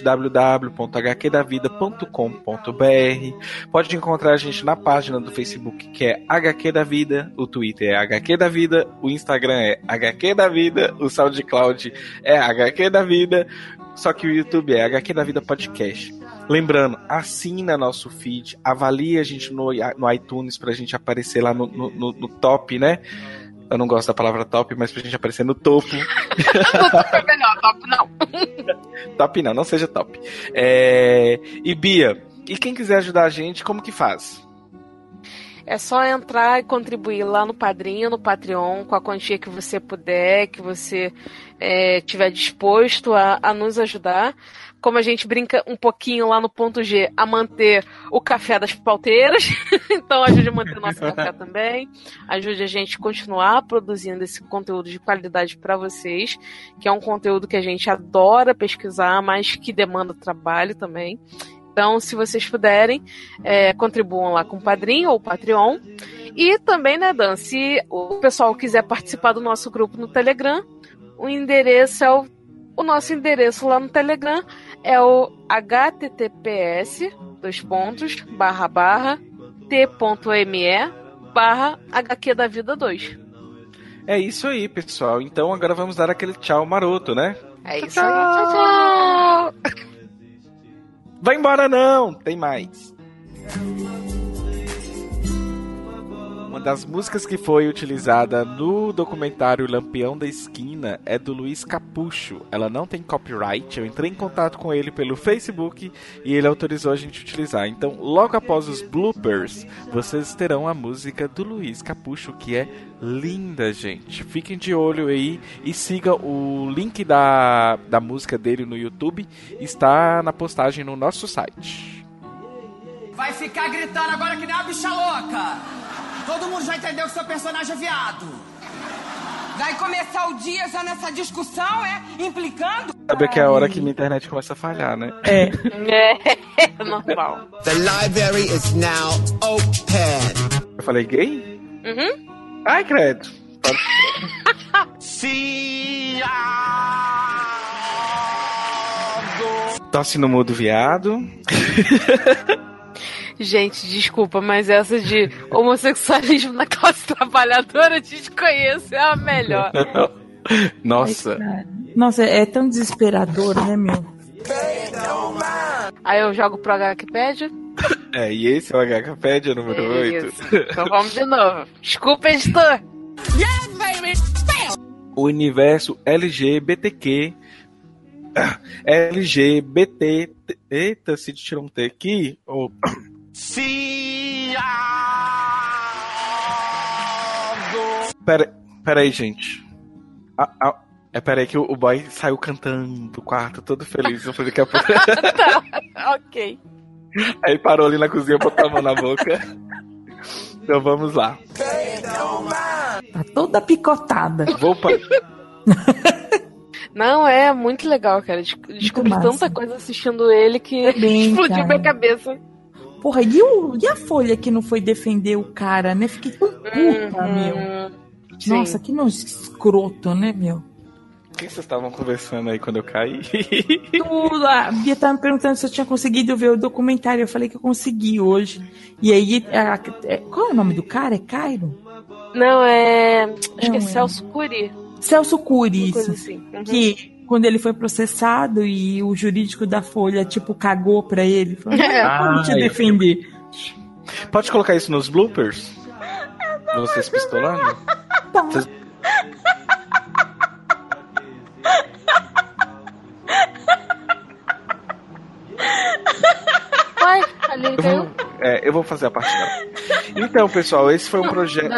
www.hqdavida.com.br. Pode encontrar a gente na página do Facebook, que é HQ da Vida, o Twitter é HQ da Vida, o Instagram é HQ da Vida, o SoundCloud é HQ da Vida, só que o YouTube é HQ da Vida Podcast. Lembrando, assina nosso feed, avalie a gente no iTunes pra gente aparecer lá no top, né? Eu não gosto da palavra top, mas pra gente aparecer no topo. Top é melhor, top não. Top não seja top. E Bia, e quem quiser ajudar a gente, como que faz? É só entrar e contribuir lá no Padrinho, no Patreon, com a quantia que você puder, que você tiver disposto a nos ajudar. Como a gente brinca um pouquinho lá no ponto G, a manter o café das pauteiras. Então ajude a manter o nosso café também. Ajude a gente a continuar produzindo esse conteúdo de qualidade para vocês, que é um conteúdo que a gente adora pesquisar, mas que demanda trabalho também. Então, se vocês puderem, contribuam lá com o Padrinho ou o Patreon. E também, né, Dan, se o pessoal quiser participar do nosso grupo no Telegram, o endereço o nosso endereço lá no Telegram é o https://t.me/HQ da Vida 2. É isso aí, pessoal. Então agora vamos dar aquele tchau maroto, né? É isso aí. Tchau, tchau. Vai embora não, tem mais. Uma das músicas que foi utilizada no documentário Lampião da Esquina é do Luiz Capucho. Ela não tem copyright, eu entrei em contato com ele pelo Facebook e ele autorizou a gente utilizar. Então, logo após os bloopers, vocês terão a música do Luiz Capucho, que é linda, gente. Fiquem de olho aí e siga o link da música dele no YouTube. Está na postagem no nosso site. Vai ficar gritando agora que nem uma bicha louca! Todo mundo já entendeu que seu personagem é viado. Vai começar o dia já nessa discussão, implicando? Sabe que é a hora que minha internet começa a falhar, né? É normal. The library is now open. Eu falei gay? Uhum. Ai, credo. Tosse no mudo, viado. Gente, desculpa, mas essa de homossexualismo na classe trabalhadora, desconheço, é a melhor. Nossa. Ai, nossa, é tão desesperador, né, meu? Aí eu jogo pro HQpedia. E esse é o HQpedia número 8. Então vamos de novo. Desculpa, editor. O universo LGBTQ. LGBT. Eita, se tirou um T aqui. Oh. Pera aí, gente. Pera aí que o boy saiu cantando do quarto, todo feliz. Eu falei que a pouco... Tá, ok. Aí parou ali na cozinha, botou a mão na boca. Então vamos lá. Tá toda picotada. Não, é muito legal, cara. Descobri tanta coisa assistindo ele que explodiu minha cabeça. Porra, e a Folha que não foi defender o cara, né? Fiquei tão puta, meu. Sim. Nossa, que não escroto, né, meu? O que vocês estavam conversando aí quando eu caí? A Bia tava me perguntando se eu tinha conseguido ver o documentário. Eu falei que eu consegui hoje. E aí, qual é o nome do cara? É Cairo? Não, acho que é Celso Cury. Celso Cury, isso. Assim. Uhum. Que quando ele foi processado e o jurídico da Folha, tipo, cagou pra ele. Falou, como te defender? Pode colocar isso nos bloopers? Vocês pistolando? Vocês... Ai, ali caiu. Eu vou fazer a parte dela. Então, pessoal, esse foi um projeto...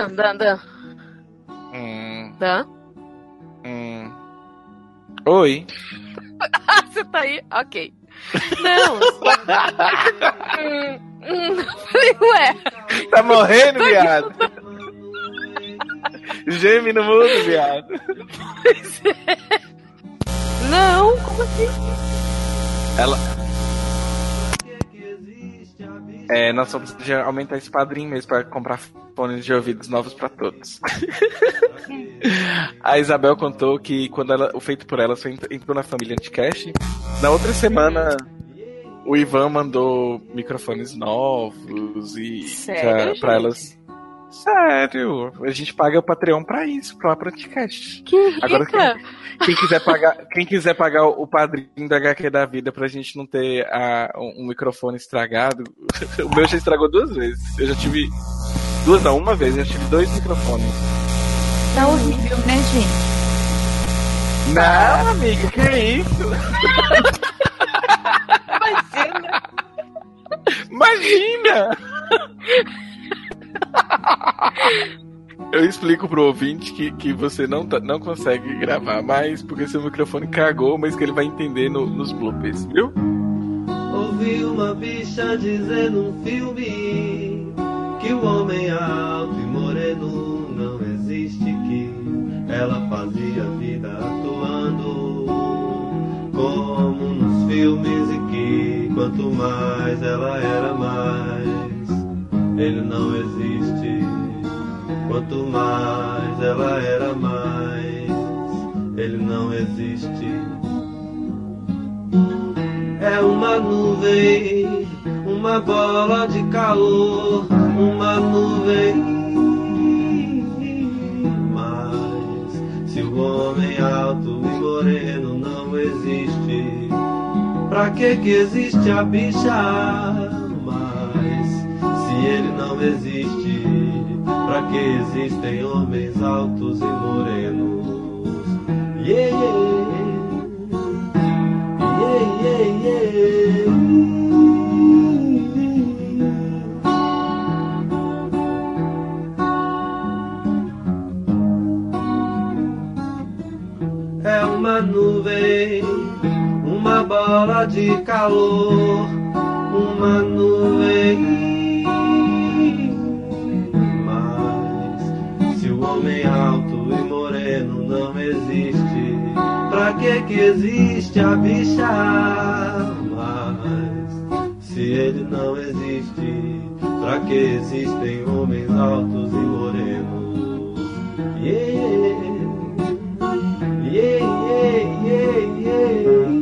Dan? Oi. Você tá aí? Ok. Não. Falei, ué. Tá morrendo, viado? Geme no mundo, viado. Pois é. Não, como assim? Nós vamos aumentar esse padrinho mesmo para comprar fones de ouvidos novos para todos. A Isabel contou que quando o Feito por Ela entrou na família Anticast, na outra semana o Ivan mandou microfones novos e para elas. Sério, a gente paga o Patreon pra isso, pra Anticast. Que rica. Agora, quem quiser pagar o padrinho da HQ da vida pra gente não ter um microfone estragado, o meu já estragou 2 vezes. Eu já tive uma vez, eu já tive 2 microfones. Tá horrível, né, gente? Não, amiga, que é isso? Imagina! Eu explico pro ouvinte que você não consegue gravar mais porque seu microfone cagou, mas que ele vai entender nos bloopers, viu? Ouvi uma bicha dizer num filme que o homem alto e moreno não existe, que ela fazia vida atuando como nos filmes e que quanto mais ela era mais, ele não existe. Quanto mais ela era mais, ele não existe. É uma nuvem, uma bola de calor, uma nuvem. Mas se o homem alto e moreno não existe, pra que existe a bicha? Mas se ele não existe, pra que existem homens altos e morenos? Yeah, yeah, yeah, yeah. É uma nuvem, uma bola de calor, uma nuvem. Homem alto e moreno não existe, pra que existe a bicha? Mas se ele não existe, pra que existem homens altos e morenos? Yeah, yeah, yeah, yeah, yeah.